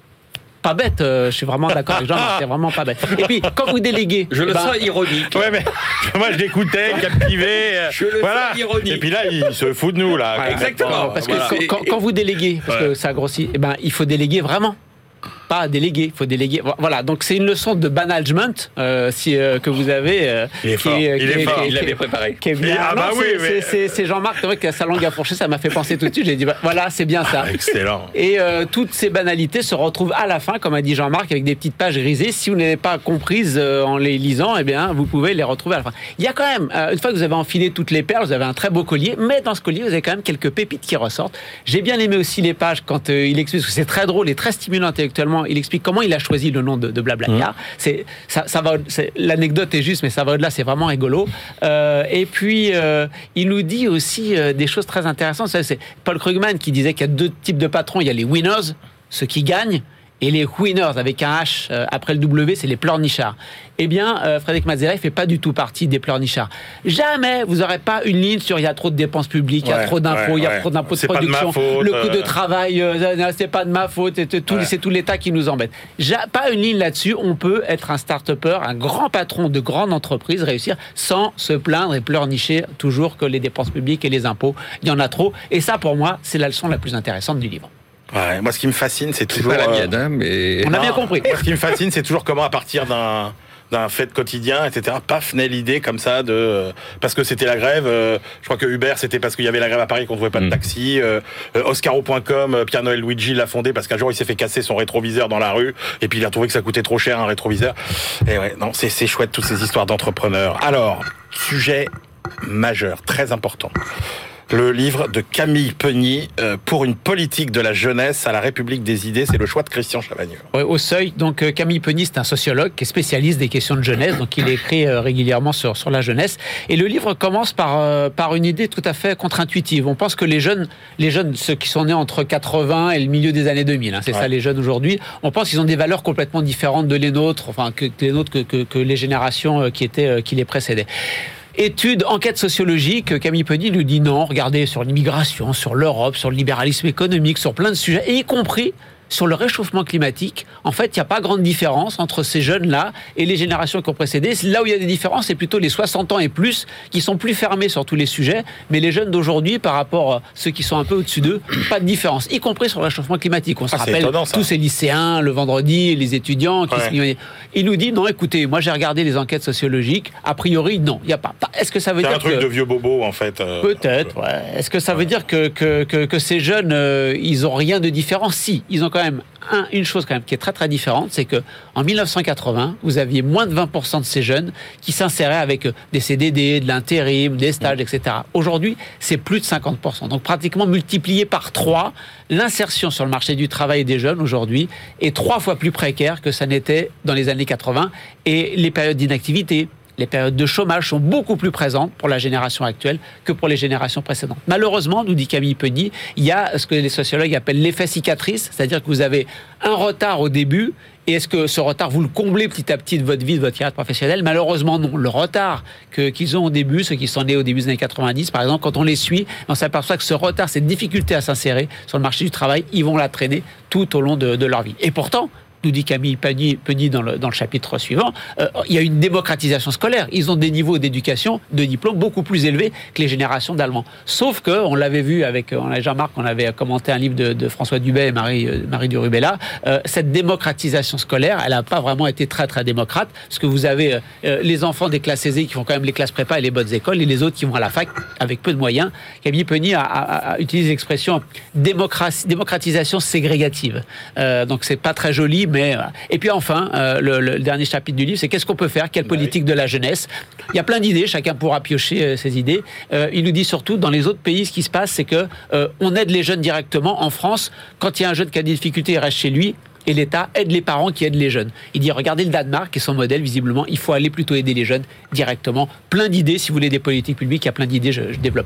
Pas bête, euh, je suis vraiment d'accord avec Jean, c'est vraiment pas bête. Et puis, quand vous déléguez... Je eh le ben, sens ironique. Ouais, mais moi je l'écoutais, captivé. Je le voilà. sens ironique. Et puis là, il se fout de nous, là. Voilà, exactement. Parce que Voilà. quand, quand, quand vous déléguez, parce Ouais. que ça grossit, eh ben, il faut déléguer vraiment. Pas déléguer, il faut déléguer. Voilà, donc c'est une leçon de management euh, si, euh, que vous avez. Euh, Il est qui fort, il est fort. Il l'avait préparé. Qui est bien. Ah bah Non, oui, c'est, mais- c'est, c'est, c'est Jean-Marc, c'est vrai que sa langue a fourché, ça m'a fait penser tout de suite. J'ai dit, bah, voilà, c'est bien ça. Ah, excellent. Et euh, toutes ces banalités se retrouvent à la fin, comme a dit Jean-Marc, avec des petites pages grisées. Si vous n'avez pas comprises euh, en les lisant, eh bien, vous pouvez les retrouver à la fin. Il y a quand même, euh, une fois que vous avez enfilé toutes les perles, vous avez un très beau collier, mais dans ce collier, vous avez quand même quelques pépites qui ressortent. J'ai bien aimé aussi les pages quand euh, il explique, parce que c'est très drôle et très stimulant intellectuellement, il explique comment il a choisi le nom de, de Blablacar. Mmh. C'est, ça, ça va, c'est, l'anecdote est juste, mais ça va au-delà, c'est vraiment rigolo. Euh, et puis, euh, il nous dit aussi euh, des choses très intéressantes. Ça, c'est Paul Krugman qui disait qu'il y a deux types de patrons. Il y a les winners, ceux qui gagnent, et les winners, avec un H euh, après le W, c'est les pleurnichards. Eh bien, euh, Frédéric Mazzella, il ne fait pas du tout partie des pleurnichards. Jamais vous n'aurez pas une ligne sur il y a trop de dépenses publiques, il ouais, y a trop d'impôts, il ouais, y a ouais. trop d'impôts de c'est production, pas de faute, le coût euh... de travail, euh, c'est pas de ma faute, c'est tout, ouais. c'est tout l'État qui nous embête. Ja, pas une ligne là-dessus, on peut être un start-upper, un grand patron de grande entreprise, réussir sans se plaindre et pleurnicher toujours que les dépenses publiques et les impôts, il y en a trop. Et ça, pour moi, c'est la leçon la plus intéressante du livre. Ouais, moi, ce qui me fascine, c'est toujours... C'est pas la mienne, hein, mais... On a bien compris. Moi, ce qui me fascine, c'est toujours comment, à partir d'un... d'un fait quotidien, et cetera. Paf, naît l'idée comme ça de parce que c'était la grève. Euh, je crois que Uber, c'était parce qu'il y avait la grève à Paris qu'on ne trouvait pas de mmh. taxi. Euh, Oscaro point com, Pierre-Noël Luigi l'a fondé parce qu'un jour il s'est fait casser son rétroviseur dans la rue et puis il a trouvé que ça coûtait trop cher un rétroviseur. Et ouais, non, c'est c'est chouette toutes ces histoires d'entrepreneurs. Alors, sujet majeur, très important. Le livre de Camille Pegny, euh, pour une politique de la jeunesse à la République des idées, c'est le choix de Christian Chavagneux. Ouais, au Seuil, donc euh, Camille Pegny, c'est un sociologue qui est spécialiste des questions de jeunesse, donc il écrit euh, régulièrement sur, sur la jeunesse. Et le livre commence par, euh, par une idée tout à fait contre-intuitive. On pense que les jeunes, les jeunes, ceux qui sont nés entre quatre-vingts et le milieu des années deux mille, hein, c'est ouais. ça les jeunes aujourd'hui, on pense qu'ils ont des valeurs complètement différentes de les nôtres, enfin que, que les nôtres, que, que, que les générations qui, étaient, euh, qui les précédaient. Étude, enquête sociologique, Camille Pegny nous dit non, regardez sur l'immigration, sur l'Europe, sur le libéralisme économique, sur plein de sujets, et y compris sur le réchauffement climatique. En fait, il n'y a pas grande différence entre ces jeunes-là et les générations qui ont précédé. Là où il y a des différences, c'est plutôt les soixante ans et plus qui sont plus fermés sur tous les sujets. Mais les jeunes d'aujourd'hui, par rapport à ceux qui sont un peu au-dessus d'eux, pas de différence, y compris sur le réchauffement climatique. On se ah, rappelle étonnant, tous ces lycéens, le vendredi, les étudiants qui ouais. se... Il nous dit, non, écoutez, moi j'ai regardé les enquêtes sociologiques, a priori, non, il n'y a pas. Est-ce que ça veut c'est dire un truc que... de vieux bobo, en fait. Euh... Peut-être, ouais. Est-ce que ça veut dire que, que, que, que ces jeunes, euh, ils n'ont rien de différent? Si, ils ont quand même un, une chose quand même qui est très très différente, c'est que en dix-neuf cent quatre-vingts, vous aviez moins de vingt pour cent de ces jeunes qui s'inséraient avec des C D D, de l'intérim, des stages, et cetera. Aujourd'hui, c'est plus de cinquante pour cent. Donc pratiquement multiplié par trois, l'insertion sur le marché du travail des jeunes aujourd'hui est trois fois plus précaire que ça n'était dans les années quatre-vingts. Et les périodes d'inactivité, les périodes de chômage sont beaucoup plus présentes pour la génération actuelle que pour les générations précédentes. Malheureusement, nous dit Camille Pegny, il y a ce que les sociologues appellent l'effet cicatrice, c'est-à-dire que vous avez un retard au début, et est-ce que ce retard, vous le comblez petit à petit de votre vie, de votre carrière professionnelle? Malheureusement, non. Le retard que, qu'ils ont au début, ceux qui sont nés au début des années quatre-vingt-dix, par exemple, quand on les suit, on s'aperçoit que ce retard, cette difficulté à s'insérer sur le marché du travail, ils vont la traîner tout au long de, de leur vie. Et pourtant, nous dit Camille Pegny, Pegny dans, le, dans le chapitre suivant, euh, il y a une démocratisation scolaire. Ils ont des niveaux d'éducation, de diplôme beaucoup plus élevés que les générations d'Allemands. Sauf que, on l'avait vu avec on a Jean-Marc, on avait commenté un livre de, de François Dubay et Marie, euh, Marie Durubella, euh, cette démocratisation scolaire, elle n'a pas vraiment été très très démocrate, parce que vous avez euh, les enfants des classes aisées qui font quand même les classes prépa et les bonnes écoles, et les autres qui vont à la fac avec peu de moyens. Camille Pegny a, a, a utilisé l'expression démocratisation ségrégative. Euh, donc c'est pas très joli, mais et puis enfin, euh, le, le dernier chapitre du livre, c'est qu'est-ce qu'on peut faire, quelle politique de la jeunesse. Il y a plein d'idées, chacun pourra piocher euh, ses idées. Euh, il nous dit surtout, dans les autres pays, ce qui se passe, c'est que euh, on aide les jeunes directement. En France, quand il y a un jeune qui a des difficultés, il reste chez lui. Et l'État aide les parents qui aident les jeunes. Il dit, regardez le Danemark et son modèle, visiblement, il faut aller plutôt aider les jeunes directement. Plein d'idées, si vous voulez des politiques publiques, il y a plein d'idées, je ne développe pas.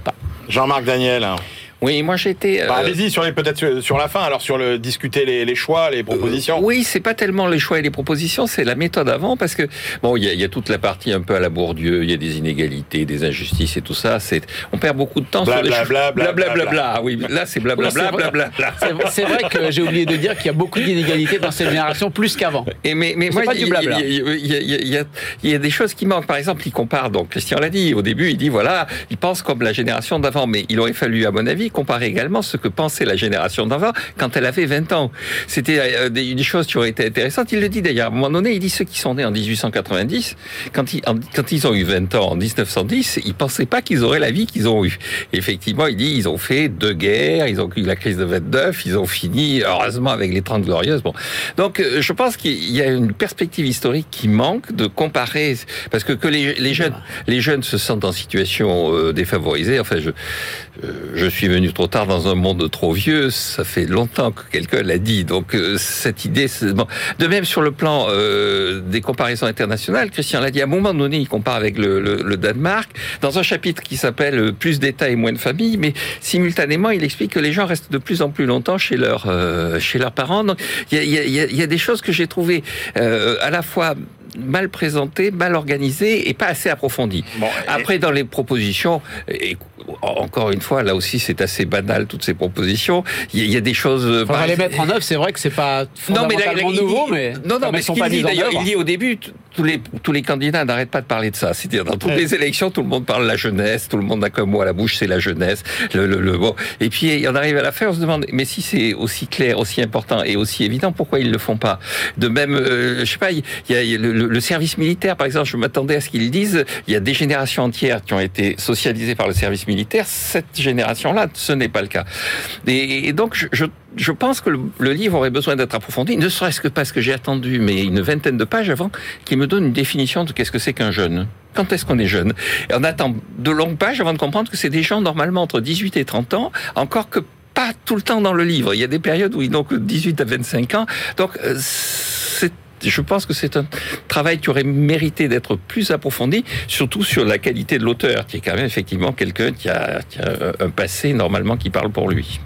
Jean-Marc Daniel. Oui, moi j'étais. Bah, euh... Allez-y sur les peut-être sur la fin. Alors sur le discuter les, les choix, les propositions. Euh, oui, c'est pas tellement les choix et les propositions, c'est la méthode avant, parce que bon, il y, y a toute la partie un peu à la Bourdieu, il y a des inégalités, des injustices et tout ça. C'est, on perd beaucoup de temps bla, sur bla, les bla, bla, bla, bla, bla. Oui, là c'est bla bla bla bla bla. C'est vrai que j'ai oublié de dire qu'il y a beaucoup d'inégalités dans cette génération, plus qu'avant. Et mais mais moi, il y, y, y, y, y, y a des choses qui manquent. Par exemple, il compare. Donc Christian l'a dit au début, il dit voilà, il pense comme la génération d'avant, mais il aurait fallu, à mon avis, comparer également ce que pensait la génération d'avant quand elle avait vingt ans. C'était des, des choses qui auraient été intéressantes. Il le dit d'ailleurs. À un moment donné, il dit ceux qui sont nés en dix-huit cent quatre-vingt-dix, quand ils, en, quand ils ont eu vingt ans en dix-neuf cent dix, ils pensaient pas qu'ils auraient la vie qu'ils ont eue. Et effectivement, il dit ils ont fait deux guerres, ils ont eu la crise de vingt-neuf, ils ont fini heureusement avec les Trente Glorieuses. Bon, donc je pense qu'il y a une perspective historique qui manque de comparer, parce que que les, les jeunes, les jeunes se sentent en situation euh, défavorisée. Enfin, je euh, je suis venu trop tard dans un monde trop vieux, ça fait longtemps que quelqu'un l'a dit. Donc euh, cette idée, c'est... Bon. De même sur le plan euh, des comparaisons internationales, Christian l'a dit, à un moment donné, il compare avec le, le, le Danemark, dans un chapitre qui s'appelle « Plus d'État et moins de famille », mais simultanément, il explique que les gens restent de plus en plus longtemps chez, leur, euh, chez leurs parents. Donc il y a, y, a, y a des choses que j'ai trouvées euh, à la fois mal présentées, mal organisées et pas assez approfondies. Bon, et... Après, dans les propositions, et encore une fois, là aussi, c'est assez banal, toutes ces propositions. Il y, y a des choses... Il faudra les mettre en œuvre, c'est vrai que c'est pas fondamentalement non, mais là, là, nouveau, dit, mais... Non, non, mais ce qu'il dit, d'ailleurs, il dit au début, tous les, tous les candidats n'arrêtent pas de parler de ça. C'est-à-dire, dans toutes ouais. les élections, tout le monde parle de la jeunesse, tout le monde n'a qu'un mot à la bouche, c'est la jeunesse. Le, le, le, bon. Et puis, on arrive à la fin, on se demande, mais si c'est aussi clair, aussi important et aussi évident, pourquoi ils le font pas? De même, euh, je sais pas, il y a, il y a le, le service militaire, par exemple, je m'attendais à ce qu'ils disent, il y a des générations entières qui ont été socialisées par le service militaire. Cette génération-là, ce n'est pas le cas. Et, et donc, je, je, je pense que le, le livre aurait besoin d'être approfondi, ne serait-ce que parce que j'ai attendu mais une vingtaine de pages avant qu'il me donne une définition de qu'est-ce que c'est qu'un jeune. Quand est-ce qu'on est jeune? Et on attend de longues pages avant de comprendre que c'est des gens normalement entre dix-huit et trente ans, encore que pas tout le temps dans le livre. Il y a des périodes où ils n'ont que dix-huit à vingt-cinq ans. Donc, c'est je pense que c'est un travail qui aurait mérité d'être plus approfondi, surtout sur la qualité de l'auteur, qui est quand même effectivement quelqu'un qui a, qui a un passé normalement qui parle pour lui.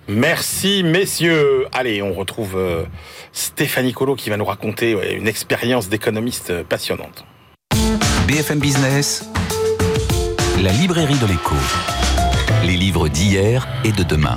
Merci messieurs. Allez, on retrouve euh, Stéphanie Colo qui va nous raconter ouais, une expérience d'économiste passionnante. B F M Business, la librairie de l'écho. Les livres d'hier et de demain.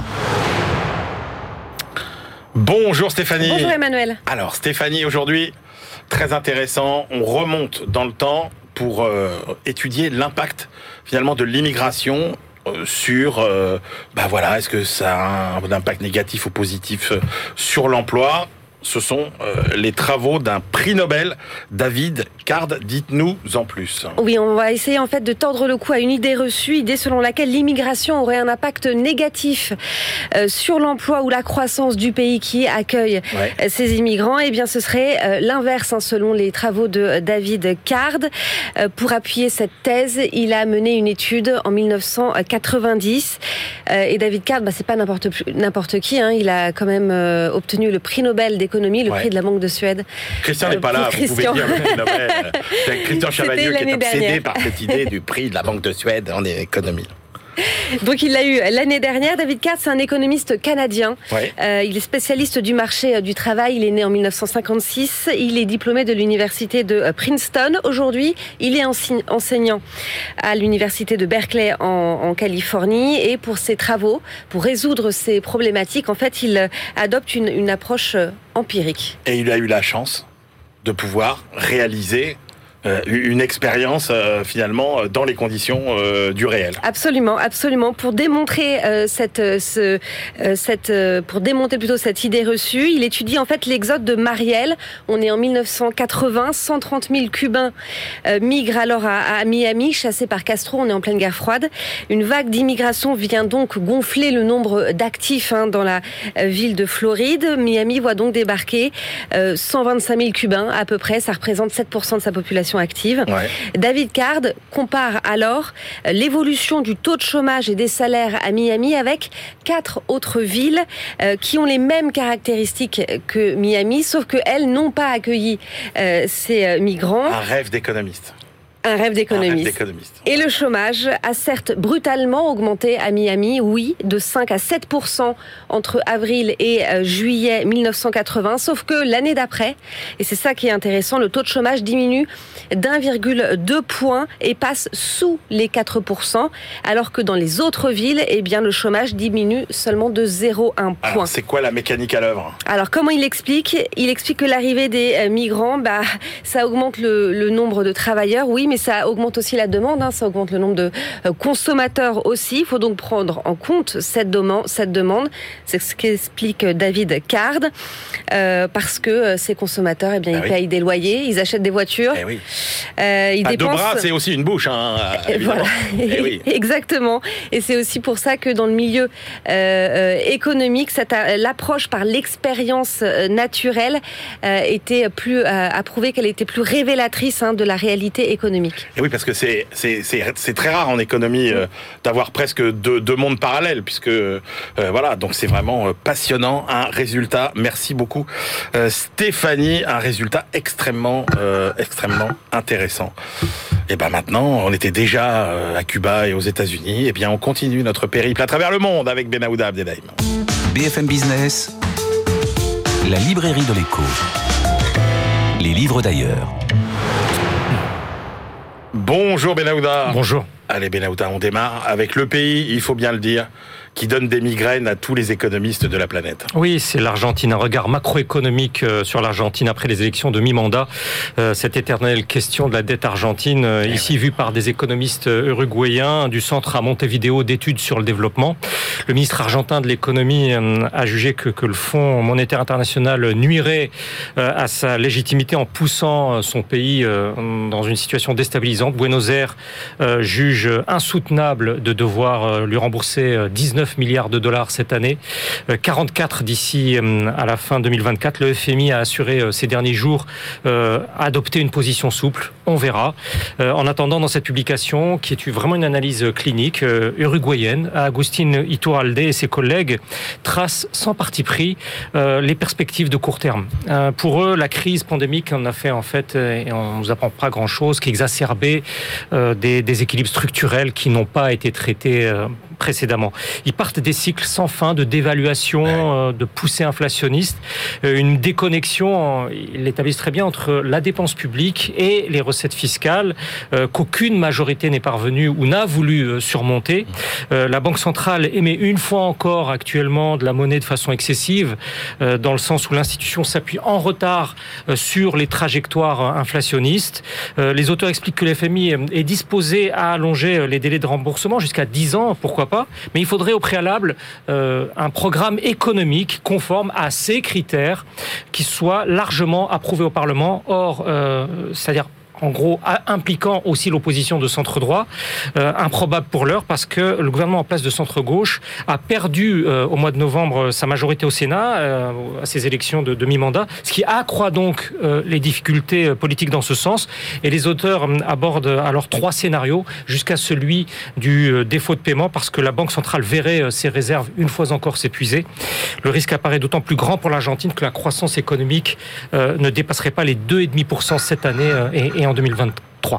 Bonjour Stéphanie. Bonjour Emmanuel. Alors Stéphanie, aujourd'hui, très intéressant, on remonte dans le temps pour euh, étudier l'impact finalement de l'immigration euh, sur, euh, bah voilà, est-ce que ça a un impact négatif ou positif euh, sur l'emploi? Ce sont euh, les travaux d'un prix Nobel, David Card. Dites-nous en plus. Oui, on va essayer en fait de tordre le cou à une idée reçue, idée selon laquelle l'immigration aurait un impact négatif euh, sur l'emploi ou la croissance du pays qui accueille ouais. euh, ces immigrants. Eh bien, ce serait euh, l'inverse, hein, selon les travaux de David Card. Euh, pour appuyer cette thèse, il a mené une étude en mille neuf cent quatre-vingt-dix. Euh, et David Card, bah, c'est pas n'importe n'importe qui. Hein, il a quand même euh, obtenu le prix Nobel d'économie. Le ouais. prix de la Banque de Suède. Christian n'est euh, pas là, vous Christian. pouvez dire le prix Nobel. C'est Christian Chavagneux qui est obsédé dernière. par cette idée du prix de la Banque de Suède en économie. Donc il l'a eu l'année dernière. David Card, c'est un économiste canadien. Ouais. Euh, il est spécialiste du marché du travail. Il est né en mille neuf cent cinquante-six. Il est diplômé de l'université de Princeton. Aujourd'hui, il est enseignant à l'université de Berkeley en, en Californie. Et pour ses travaux, pour résoudre ces problématiques, en fait, il adopte une, une approche empirique. Et il a eu la chance de pouvoir réaliser Euh, une expérience euh, finalement dans les conditions euh, du réel. Absolument, absolument. Pour démontrer euh, cette, ce, euh, cette, euh, pour démonter plutôt cette idée reçue, il étudie en fait l'exode de Mariel. On est en mille neuf cent quatre-vingts, cent trente mille Cubains euh, migrent alors à, à Miami, chassés par Castro. On est en pleine guerre froide. Une vague d'immigration vient donc gonfler le nombre d'actifs hein, dans la euh, ville de Floride. Miami voit donc débarquer euh, cent vingt-cinq mille Cubains à peu près. Ça représente sept pour cent de sa population active. Ouais. David Card compare alors l'évolution du taux de chômage et des salaires à Miami avec quatre autres villes euh, qui ont les mêmes caractéristiques que Miami, sauf qu'elles n'ont pas accueilli euh, ces migrants. Un rêve d'économiste. Un rêve d'économiste. Un rêve d'économiste. Et le chômage a certes brutalement augmenté à Miami, oui, de cinq à sept pour cent entre avril et euh, juillet mille neuf cent quatre-vingts, sauf que l'année d'après, et c'est ça qui est intéressant, le taux de chômage diminue d'un virgule deux point et passe sous les quatre pour cent, alors que dans les autres villes, eh bien, le chômage diminue seulement de zéro virgule un point. Alors, c'est quoi la mécanique à l'œuvre ? Alors, comment il explique ? Il explique que l'arrivée des euh, migrants, bah, ça augmente le, le nombre de travailleurs, oui, mais ça augmente aussi la demande, hein, ça augmente le nombre de euh, consommateurs aussi. Il faut donc prendre en compte cette, demande, cette demande. C'est ce qu'explique David Card, euh, parce que euh, ces consommateurs, eh bien, ah ils oui. payent des loyers, ils achètent des voitures. Eh oui. euh, ils ah, dépensent... Deux bras, c'est aussi une bouche, hein, évidemment. Voilà. Eh oui. Exactement. Et c'est aussi pour ça que dans le milieu euh, euh, économique, cette, euh, l'approche par l'expérience euh, naturelle euh, était plus, euh, a prouvé qu'elle était plus révélatrice hein, de la réalité économique. Et oui, parce que c'est, c'est, c'est, c'est très rare en économie euh, d'avoir presque deux, deux mondes parallèles, puisque euh, voilà, donc c'est vraiment euh, passionnant, un résultat. Merci beaucoup, euh, Stéphanie, un résultat extrêmement, euh, extrêmement intéressant. Et ben maintenant, on était déjà euh, à Cuba et aux États-Unis. Et bien, on continue notre périple à travers le monde avec Benahouda Abdelhaim. B F M Business, la librairie de l'écho. Les livres d'ailleurs. Bonjour Benahouda. Bonjour. Allez Benahouda, on démarre avec le pays, il faut bien le dire, qui donne des migraines à tous les économistes de la planète. Oui, c'est l'Argentine, un regard macroéconomique sur l'Argentine après les élections de mi-mandat. Euh, cette éternelle question de la dette argentine, euh, ici vue par des économistes uruguayens du centre à Montevideo d'études sur le développement. Le ministre argentin de l'économie euh, a jugé que, que le Fonds monétaire international nuirait euh, à sa légitimité en poussant son pays euh, dans une situation déstabilisante. Buenos Aires euh, juge insoutenable de devoir lui rembourser dix-neuf milliards de dollars cette année, quarante-quatre d'ici à la fin deux mille vingt-quatre. Le F M I a assuré ces derniers jours euh, adopter une position souple. On verra. Euh, en attendant, dans cette publication, qui est vraiment une analyse clinique euh, uruguayenne, Agustín Iturralde et ses collègues tracent sans parti pris euh, les perspectives de court terme. Euh, pour eux, la crise pandémique en a fait en fait, et on nous apprend pas grand-chose, qu'exacerber euh, des, des équilibres structurels qui n'ont pas été traités euh, précédemment. Ils partent des cycles sans fin de dévaluation, euh, de poussée inflationniste, euh, une déconnexion, ils l'établissent très bien, entre la dépense publique et les recettes fiscales, euh, qu'aucune majorité n'est parvenue ou n'a voulu euh, surmonter. Euh, la Banque centrale émet une fois encore actuellement de la monnaie de façon excessive, euh, dans le sens où l'institution s'appuie en retard euh, sur les trajectoires inflationnistes. Euh, les auteurs expliquent que l'F M I est disposé à allonger les délais de remboursement jusqu'à dix ans, pourquoi pas, mais il faudrait au préalable euh, un programme économique conforme à ces critères qui soit largement approuvé au Parlement. Or, euh, c'est-à-dire en gros impliquant aussi l'opposition de centre-droit, euh, improbable pour l'heure parce que le gouvernement en place de centre-gauche a perdu euh, au mois de novembre sa majorité au Sénat euh, à ces élections de, de mi-mandat, ce qui accroît donc euh, les difficultés politiques dans ce sens. Et les auteurs euh, abordent alors trois scénarios jusqu'à celui du euh, défaut de paiement parce que la Banque centrale verrait euh, ses réserves une fois encore s'épuiser. Le risque apparaît d'autant plus grand pour l'Argentine que la croissance économique euh, ne dépasserait pas les deux virgule cinq pour cent cette année euh, et, et en deux mille vingt-trois.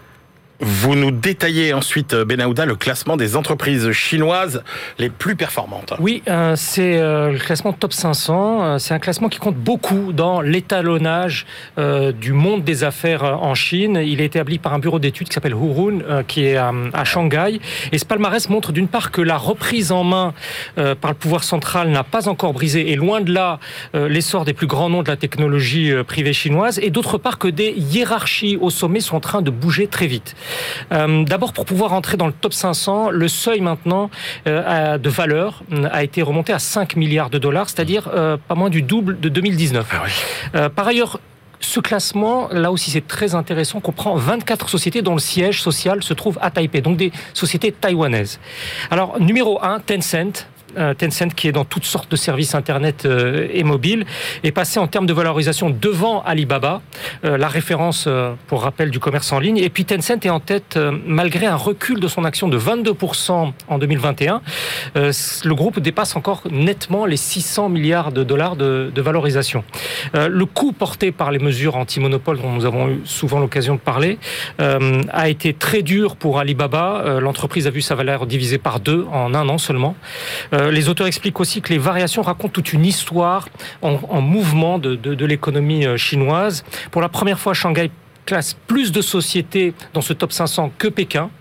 Vous nous détaillez ensuite, Benahouda, le classement des entreprises chinoises les plus performantes. Oui, euh, c'est euh, le classement Top cinq cents. Euh, c'est un classement qui compte beaucoup dans l'étalonnage euh, du monde des affaires en Chine. Il est établi par un bureau d'études qui s'appelle Hurun, euh, qui est à, à Shanghai. Et ce palmarès montre d'une part que la reprise en main euh, par le pouvoir central n'a pas encore brisé, et loin de là, euh, l'essor des plus grands noms de la technologie euh, privée chinoise. Et d'autre part que des hiérarchies au sommet sont en train de bouger très vite. Euh, d'abord, pour pouvoir entrer dans le top cinq cents, le seuil maintenant euh, de valeur a été remonté à cinq milliards de dollars, c'est-à-dire euh, pas moins du double de deux mille dix-neuf. Ah oui. euh, par ailleurs, ce classement, là aussi c'est très intéressant, comprend vingt-quatre sociétés dont le siège social se trouve à Taipei, donc des sociétés taïwanaises. Alors, numéro un, Tencent, euh, Tencent qui est dans toutes sortes de services internet euh, et mobiles, est passé en termes de valorisation devant Alibaba, euh, la référence euh, pour rappel du commerce en ligne. Et puis Tencent est en tête euh, malgré un recul de son action de vingt-deux pour cent en deux mille vingt et un. Euh, le groupe dépasse encore nettement les six cents milliards de dollars de, de valorisation. Euh, le coût porté par les mesures anti-monopole dont nous avons eu souvent l'occasion de parler euh, a été très dur pour Alibaba. Euh, l'entreprise a vu sa valeur divisée par deux en un an seulement. Euh, les auteurs expliquent aussi que les variations racontent toute une histoire en, en mouvement de, de, de l'économie chinoise. Pour la première fois, Shanghai classe plus de sociétés dans ce top cinq cents que Pékin.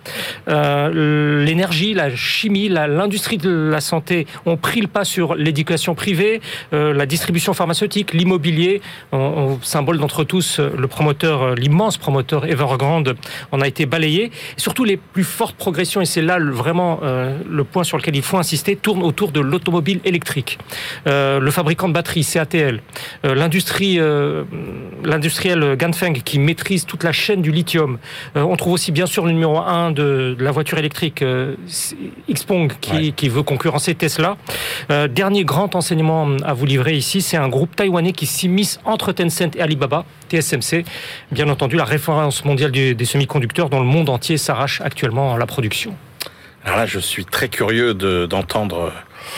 Euh, l'énergie, la chimie, la, l'industrie de la santé ont pris le pas sur l'éducation privée, euh, la distribution pharmaceutique, l'immobilier. On, on, symbole d'entre tous, le promoteur, l'immense promoteur Evergrande en a été balayé. Et surtout, les plus fortes progressions, et c'est là le, vraiment euh, le point sur lequel il faut insister, tournent autour de l'automobile électrique. Euh, le fabricant de batteries, C A T L, euh, l'industrie, euh, l'industriel Ganfeng qui maîtrise toute la chaîne du lithium. Euh, on trouve aussi bien sûr le numéro un de, de la voiture électrique, euh, Xpeng, qui, ouais. qui veut concurrencer Tesla. Euh, dernier grand enseignement à vous livrer ici, c'est un groupe taïwanais qui s'immisce entre Tencent et Alibaba, T S M C, bien entendu la référence mondiale du, des semi-conducteurs dont le monde entier s'arrache actuellement à la production. Alors là, je suis très curieux de, d'entendre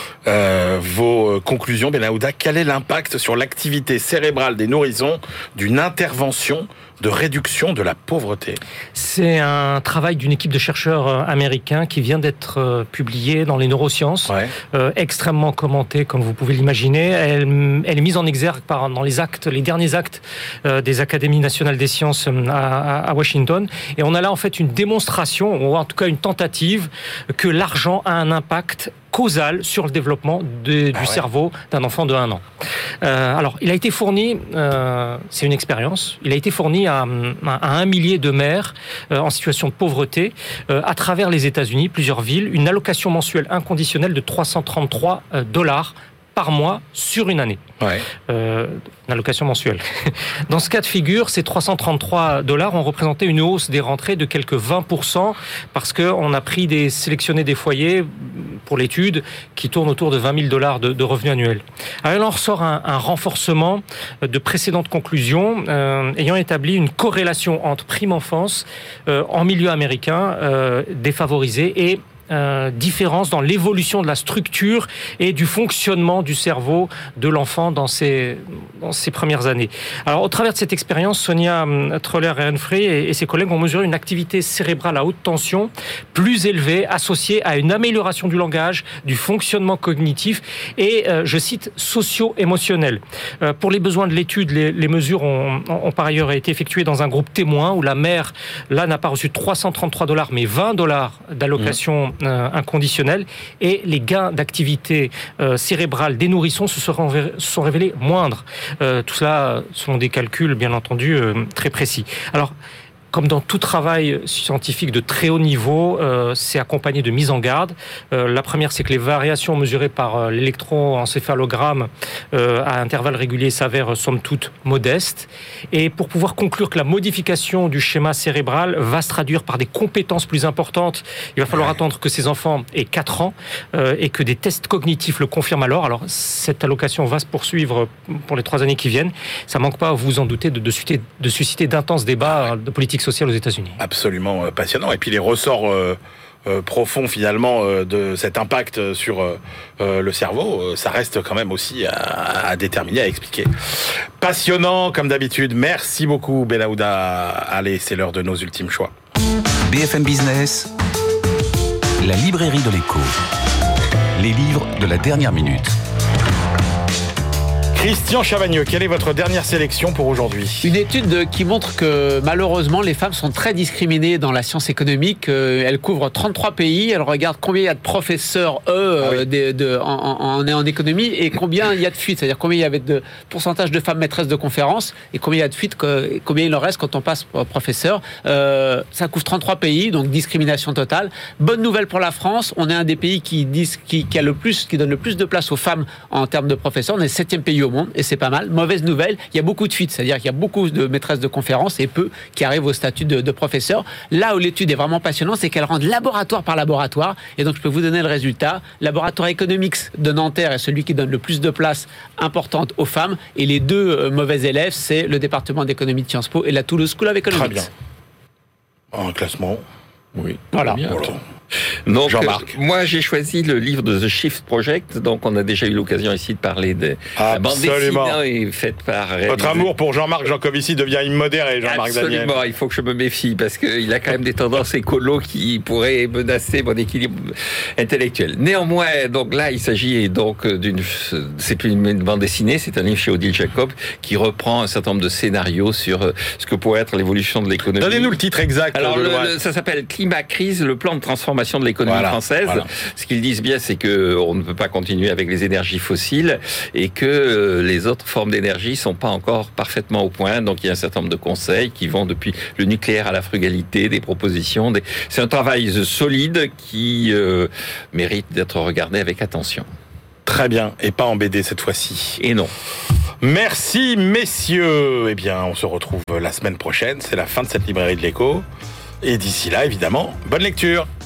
euh, vos conclusions, Benahouda. Quel est l'impact sur l'activité cérébrale des nourrissons d'une intervention de réduction de la pauvreté? C'est un travail d'une équipe de chercheurs américains qui vient d'être publié dans les neurosciences, ouais. euh, extrêmement commenté, comme vous pouvez l'imaginer. Elle, elle est mise en exergue par, dans les actes, les derniers actes euh, des Académies nationales des sciences à, à Washington. Et on a là en fait une démonstration, ou en tout cas une tentative, que l'argent a un impact causal sur le développement de, du ah ouais. cerveau d'un enfant de un an. Euh, alors, il a été fourni, euh, c'est une expérience, il a été fourni à, à un millier de mères euh, en situation de pauvreté euh, à travers les États-Unis, plusieurs villes, une allocation mensuelle inconditionnelle de trois cent trente-trois dollars par mois sur une année. Ouais. Euh, une allocation mensuelle. Dans ce cas de figure, ces trois cent trente-trois dollars ont représenté une hausse des rentrées de quelques vingt pour cent parce qu'on a pris des, sélectionné des foyers pour l'étude qui tournent autour de vingt mille dollars de, de revenus annuels. Alors, il en ressort un, un renforcement de précédentes conclusions euh, ayant établi une corrélation entre prime enfance euh, en milieu américain euh, défavorisé et Euh, différence dans l'évolution de la structure et du fonctionnement du cerveau de l'enfant dans ses, dans ses premières années. Alors, au travers de cette expérience, Sonia Troller-Ehrenfrey et, et ses collègues ont mesuré une activité cérébrale à haute tension plus élevée, associée à une amélioration du langage, du fonctionnement cognitif et, euh, je cite, socio-émotionnel. Euh, pour les besoins de l'étude, les, les mesures ont, ont, ont par ailleurs été effectuées dans un groupe témoin où la mère, là, n'a pas reçu trois cent trente-trois dollars, mais vingt dollars d'allocation mmh. Euh, inconditionnel et les gains d'activité euh, cérébrale des nourrissons se sont, se sont révélés moindres. Euh, tout cela sont des calculs, bien entendu, euh, très précis. Alors, comme dans tout travail scientifique de très haut niveau, euh, c'est accompagné de mise en garde. Euh, la première, c'est que les variations mesurées par euh, l'électroencéphalogramme euh, à intervalles réguliers s'avèrent somme toute modestes. Et pour pouvoir conclure que la modification du schéma cérébral va se traduire par des compétences plus importantes, il va falloir attendre que ces enfants aient quatre ans euh, et que des tests cognitifs le confirment alors. Alors, cette allocation va se poursuivre pour les trois années qui viennent. Ça ne manque pas, vous vous en doutez, de, de, susciter, de susciter d'intenses débats de politique sociale aux États-Unis. Absolument euh, passionnant. Et puis les ressorts euh, euh, profonds finalement euh, de cet impact sur euh, euh, le cerveau, euh, ça reste quand même aussi à, à déterminer, à expliquer. Passionnant comme d'habitude. Merci beaucoup Benahouda. Allez, c'est l'heure de nos ultimes choix. B F M Business, la librairie de l'écho. Les livres de la dernière minute. Christian Chavagneux, quelle est votre dernière sélection pour aujourd'hui ? Une étude qui montre que malheureusement les femmes sont très discriminées dans la science économique. Elle couvre trente-trois pays. Elle regarde combien il y a de professeurs eux, ah oui. de, de, en, en, en économie et combien il y a de fuites. C'est-à-dire combien il y avait de pourcentage de femmes maîtresses de conférences et combien il y a de fuites, combien il en reste quand on passe professeur. Euh, ça couvre trente-trois pays, donc discrimination totale. Bonne nouvelle pour la France. On est un des pays qui, qui, qui, a le plus, qui donne le plus de place aux femmes en termes de professeurs. On est le septième pays au monde, et c'est pas mal. Mauvaise nouvelle, il y a beaucoup de fuites, c'est-à-dire qu'il y a beaucoup de maîtresses de conférences et peu qui arrivent au statut de, de professeur. Là où l'étude est vraiment passionnante, c'est qu'elle rentre laboratoire par laboratoire, et donc je peux vous donner le résultat. Laboratoire Economics de Nanterre est celui qui donne le plus de place importante aux femmes, et les deux euh, mauvais élèves, c'est le département d'économie de Sciences Po et la Toulouse School of Economics. Très bien. Un classement. Oui. Voilà. Bien, Voilà. Donc, Jean-Marc. euh, moi, j'ai choisi le livre de The Shift Project. Donc, on a déjà eu l'occasion ici de parler de la bande Absolument. dessinée faite par... Votre amour pour Jean-Marc Jancovici devient immodéré, Jean-Marc Daniel. Absolument, il faut que je me méfie parce qu'il a quand même des tendances écolo qui pourraient menacer mon équilibre intellectuel. Néanmoins, donc là, il s'agit donc d'une, c'est une bande dessinée, c'est un livre chez Odile Jacob qui reprend un certain nombre de scénarios sur ce que pourrait être l'évolution de l'économie. Donnez-nous le titre exact. Alors, de le, Loin. le, ça s'appelle Climat Crise, le plan de transformation de l'économie Voilà, française. voilà. Ce qu'ils disent bien, c'est que on ne peut pas continuer avec les énergies fossiles et que euh, les autres formes d'énergie sont pas encore parfaitement au point. Donc, il y a un certain nombre de conseils qui vont depuis le nucléaire à la frugalité, des propositions. Des... C'est un travail solide qui euh, mérite d'être regardé avec attention. Très bien, et pas en B D cette fois-ci. Et non. Merci, messieurs. Eh bien, on se retrouve la semaine prochaine. C'est la fin de cette librairie de l'écho. Et d'ici là, évidemment, bonne lecture.